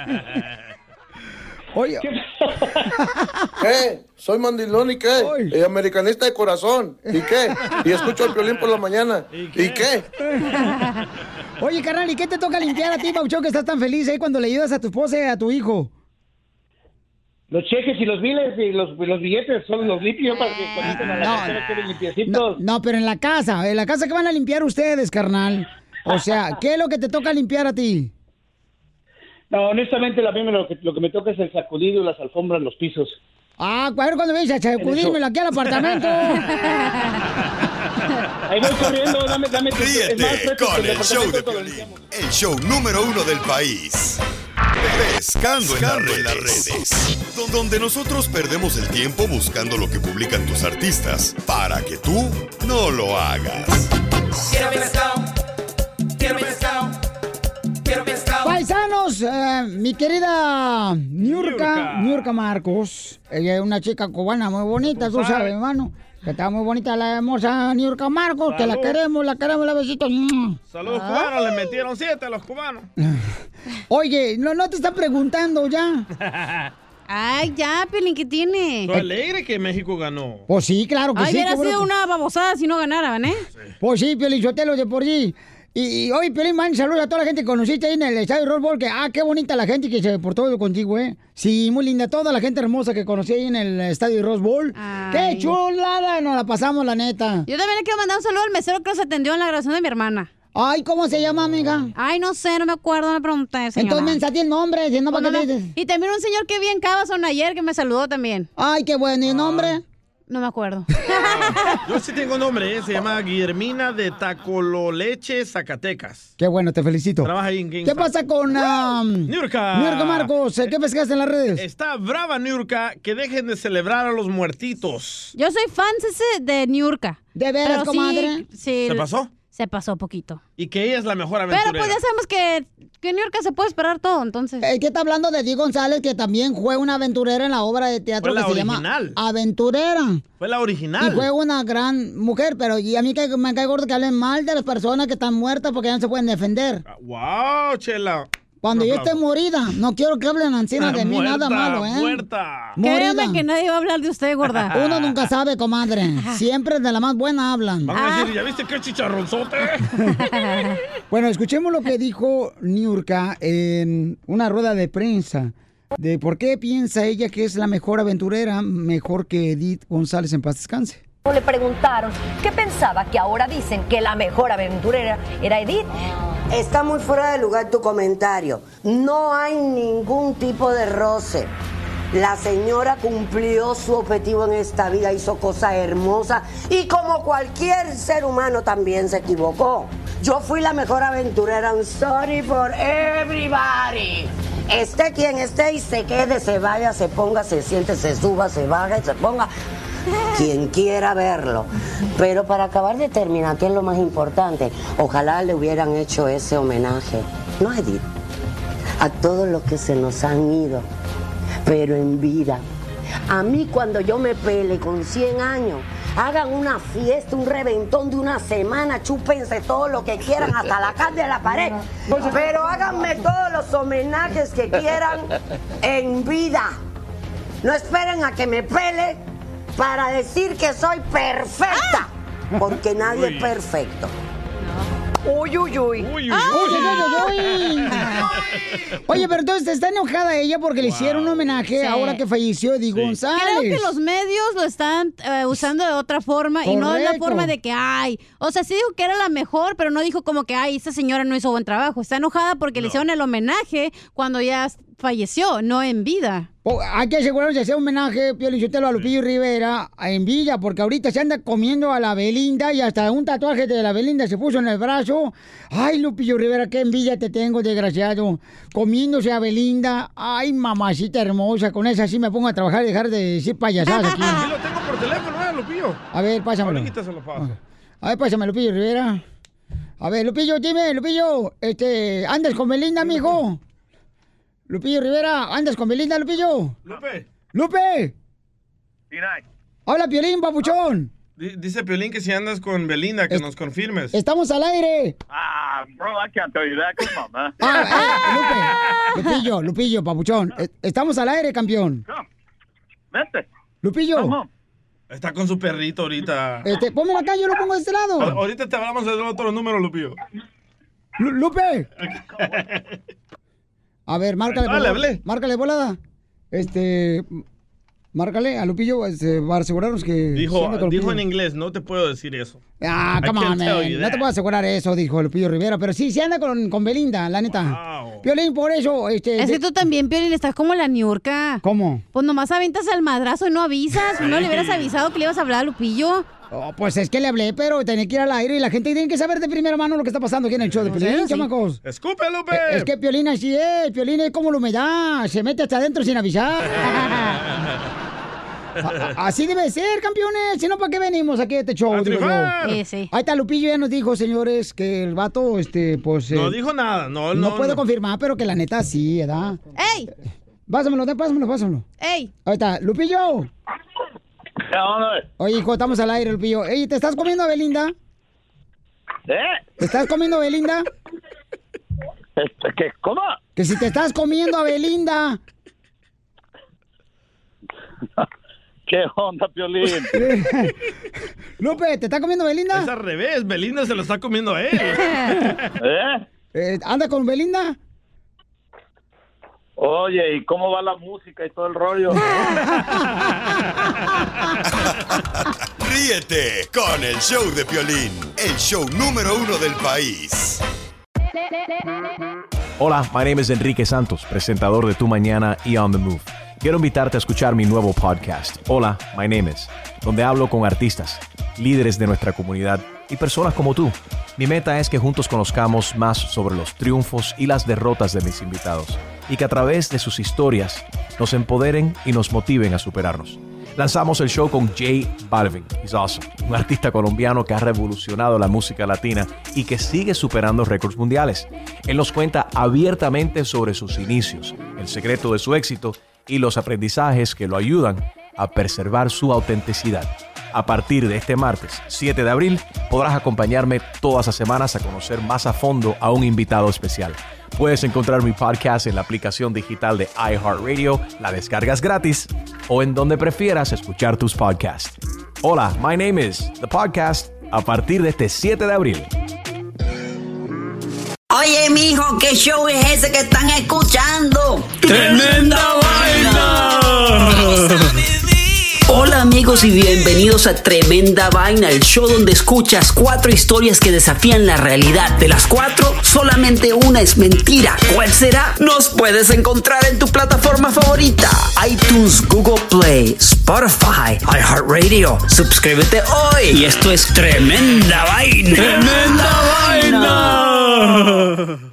Oye. ¿Qué? Soy mandilón, ¿y qué? Americanista de corazón. ¿Y qué? Y escucho al Piolín por la mañana. ¿Y qué? Oye, carnal, ¿y qué te toca limpiar a ti, Pauchón, que estás tan feliz ahí cuando le ayudas a tu esposa y a tu hijo? Los cheques y los biles y los billetes son los limpios para que cuando a la cartera queden limpiecitos. No, pero en la casa que van a limpiar ustedes, carnal. O sea, ¿qué es lo que te toca limpiar a ti? No, honestamente, lo que me toca es el sacudido, las alfombras, los pisos. Ah, a ver cuando vienes a sacudírmelo aquí al apartamento. Ahí voy corriendo, dame. Ríete con el show de Piolín, el show número 1 del país. Pescando en las redes. Donde nosotros perdemos el tiempo buscando lo que publican tus artistas para que tú no lo hagas. Quiero pescado. Quiero pescado. Quiero pescado. Paisanos, mi querida Niurka Marcos, ella es una chica cubana muy bonita, tú sabes, hermano. Que está muy bonita la hermosa Niurka Marcos, que la queremos, la besitos. Saludos cubanos, le metieron 7 a los cubanos. Oye, no te están preguntando ya. Ay, ya, Piolín, ¿qué tiene? Estoy alegre que México ganó. Pues sí, claro que sí. Ay, hubiera sido una babosada si no ganaran, ¿eh? Sí. Pues sí, Piolín, Sotelo de por sí. Y hoy, Piolín, man, saludos a toda la gente que conociste ahí en el estadio Rose Bowl, que, qué bonita la gente que se portó contigo, Sí, muy linda, toda la gente hermosa que conocí ahí en el estadio Rose Bowl. Ay. ¡Qué chulada! Nos la pasamos, la neta. Yo también le quiero mandar un saludo al mesero que nos atendió en la grabación de mi hermana. Ay, ¿cómo se llama, amiga? Ay, no sé, no me acuerdo, no me pregunté, señora. Entonces me ensatí el nombre, ¿para qué dices? Y también un señor que vi en Cabazón ayer que me saludó también. Ay, qué bueno, ¿y el nombre? No me acuerdo. Yo sí tengo nombre, se llama Guillermina de Tacololeche, Zacatecas. Qué bueno, te felicito. Trabaja ahí en ¿Qué pasa con Niurka? Niurka Marcos, ¿qué pescaste en las redes? Está brava Niurka, que dejen de celebrar a los muertitos. Yo soy fan de Niurka. ¿De veras, pero comadre? Sí, ¿Se pasó? Se pasó poquito. Y que ella es la mejor aventurera. Pero pues ya sabemos que Niurka se puede esperar todo, entonces. ¿Qué está hablando de Di González, que también fue una aventurera en la obra de teatro que se llama Aventurera? Fue la original. Y fue una gran mujer, pero y a mí me cae gordo que hablen mal de las personas que están muertas porque ya no se pueden defender. ¡Wow, Chela! Cuando yo esté morida, no quiero que hablen encima de mí nada malo, ¿eh? ¡Muerta! Créeme que nadie va a hablar de usted, gorda. Uno nunca sabe, comadre. Siempre de la más buena hablan. Van a decir, ¿ya viste qué chicharronzote? Bueno, escuchemos lo que dijo Niurka en una rueda de prensa. De por qué piensa ella que es la mejor aventurera, mejor que Edith González en paz descanse. Le preguntaron qué pensaba, que ahora dicen que la mejor aventurera era Edith. Está muy fuera de lugar tu comentario. No hay ningún tipo de roce. La señora cumplió su objetivo en esta vida, hizo cosas hermosas y como cualquier ser humano también se equivocó. Yo fui la mejor aventurera. I'm sorry for everybody. Esté quien esté y se quede, se vaya, se ponga, se siente, se suba, se baja y se ponga. Quien quiera verlo. Pero para acabar de terminar, ¿qué es lo más importante? Ojalá le hubieran hecho ese homenaje, no a Edith, a todos los que se nos han ido, pero en vida. A mí cuando yo me pele con 100 años, hagan una fiesta, un reventón de una semana, chúpense todo lo que quieran, hasta la carne de la pared, pero háganme todos los homenajes que quieran en vida. No esperen a que me pele para decir que soy perfecta, porque nadie es perfecto. Uy, uy, uy. Uy, uy, uy. Oye, pero entonces está enojada ella porque le hicieron un homenaje ahora que falleció Edith González. Creo que los medios lo están usando de otra forma. Correcto. Y no de la forma de que, o sea, sí dijo que era la mejor, pero no dijo como que, esta señora no hizo buen trabajo. Está enojada porque le hicieron el homenaje cuando ya falleció, no en vida. Hay que asegurarnos de hacer un homenaje, Pio Lichotelo, a Lupillo Rivera en Villa, porque ahorita se anda comiendo a la Belinda y hasta un tatuaje de la Belinda se puso en el brazo. Ay, Lupillo Rivera, qué envidia te tengo, desgraciado. Comiéndose a Belinda. Ay, mamacita hermosa, con esa sí me pongo a trabajar y dejar de decir payasadas aquí. Sí, lo tengo por teléfono, Lupillo. A ver, pásamelo. Ahorita se lo paso. A ver, pásame, Lupillo Rivera. A ver, Lupillo, dime, Lupillo, ¿andas con Belinda, mijo? Lupillo Rivera, ¿andas con Belinda, Lupillo? ¡Lupe! Habla Piolín, papuchón. Dice Piolín que si andas con Belinda, que nos confirmes. ¡Estamos al aire! Bro, I can't tell you that. Come on, man. Lupillo, papuchón. Estamos al aire, campeón. Vente. Lupillo. Está con su perrito ahorita. Pónmelo acá, yo lo pongo de este lado. Ahorita te hablamos del otro número, Lupillo. ¡Lupe! A ver, márcale. Hablé. Márcale, volada. Márcale a Lupillo para asegurarnos que... Dijo en inglés, no te puedo decir eso. Come on, man. No te puedo asegurar eso, dijo Lupillo Rivera. Pero sí, se anda con Belinda, la neta. Wow. Piolín, por eso... Es que tú también, Piolín, estás como la Niurka. ¿Cómo? Pues nomás aventas al madrazo y no avisas. No le hubieras avisado que le ibas a hablar a Lupillo. Pues es que le hablé, pero tenía que ir al aire y la gente tiene que saber de primera mano lo que está pasando aquí en el show de Piolín, chamacos. ¡Escupe, Lupe! Es que Piolín así es. Piolín es como la humedad. Se mete hasta adentro sin avisar. Así debe ser, campeones. Si no, ¿para qué venimos aquí a este show? Digo yo. Sí. Ahí está, Lupillo ya nos dijo, señores, que el vato, pues... no dijo nada. No puedo confirmar, pero que la neta sí, ¿verdad? ¡Ey! Pásamelo. ¡Ey! Ahí está, Lupillo. Oye, hijo, estamos al aire, Lupillo. Ey, ¿te estás comiendo a Belinda? ¿Te estás comiendo a Belinda? ¿Qué? ¿Cómo? Que si te estás comiendo a Belinda. ¿Qué onda, Piolín? Lupe, ¿te está comiendo Belinda? Es al revés, Belinda se lo está comiendo a él. ¿Anda con Belinda? Oye, ¿y cómo va la música y todo el rollo? Ríete con el show de Piolín, el show número 1 del país. Hola, my name is Enrique Santos, presentador de Tu Mañana y On The Move. quiero invitarte a escuchar mi nuevo podcast, Hola, My Name Is, donde hablo con artistas, líderes de nuestra comunidad y personas como tú. Mi meta es que juntos conozcamos más sobre los triunfos y las derrotas de mis invitados y que a través de sus historias nos empoderen y nos motiven a superarnos. Lanzamos el show con J Balvin, he's awesome, un artista colombiano que ha revolucionado la música latina y que sigue superando récords mundiales. Él nos cuenta abiertamente sobre sus inicios, el secreto de su éxito y los aprendizajes que lo ayudan a preservar su autenticidad. A partir de este martes 7 de abril podrás acompañarme todas las semanas a conocer más a fondo a un invitado especial. Puedes encontrar mi podcast en la aplicación digital de iHeartRadio, la descargas gratis o en donde prefieras escuchar tus podcasts. Hola, My Name Is, The Podcast, a partir de este 7 de abril. Oye, mijo, ¿qué show es ese que están escuchando? ¡Tremenda Vaina! Hola amigos y bienvenidos a Tremenda Vaina, el show donde escuchas 4 historias que desafían la realidad. De las 4, solamente una es mentira. ¿Cuál será? Nos puedes encontrar en tu plataforma favorita: iTunes, Google Play, Spotify, iHeartRadio. Suscríbete hoy. Y esto es Tremenda Vaina. ¡Tremenda Vaina!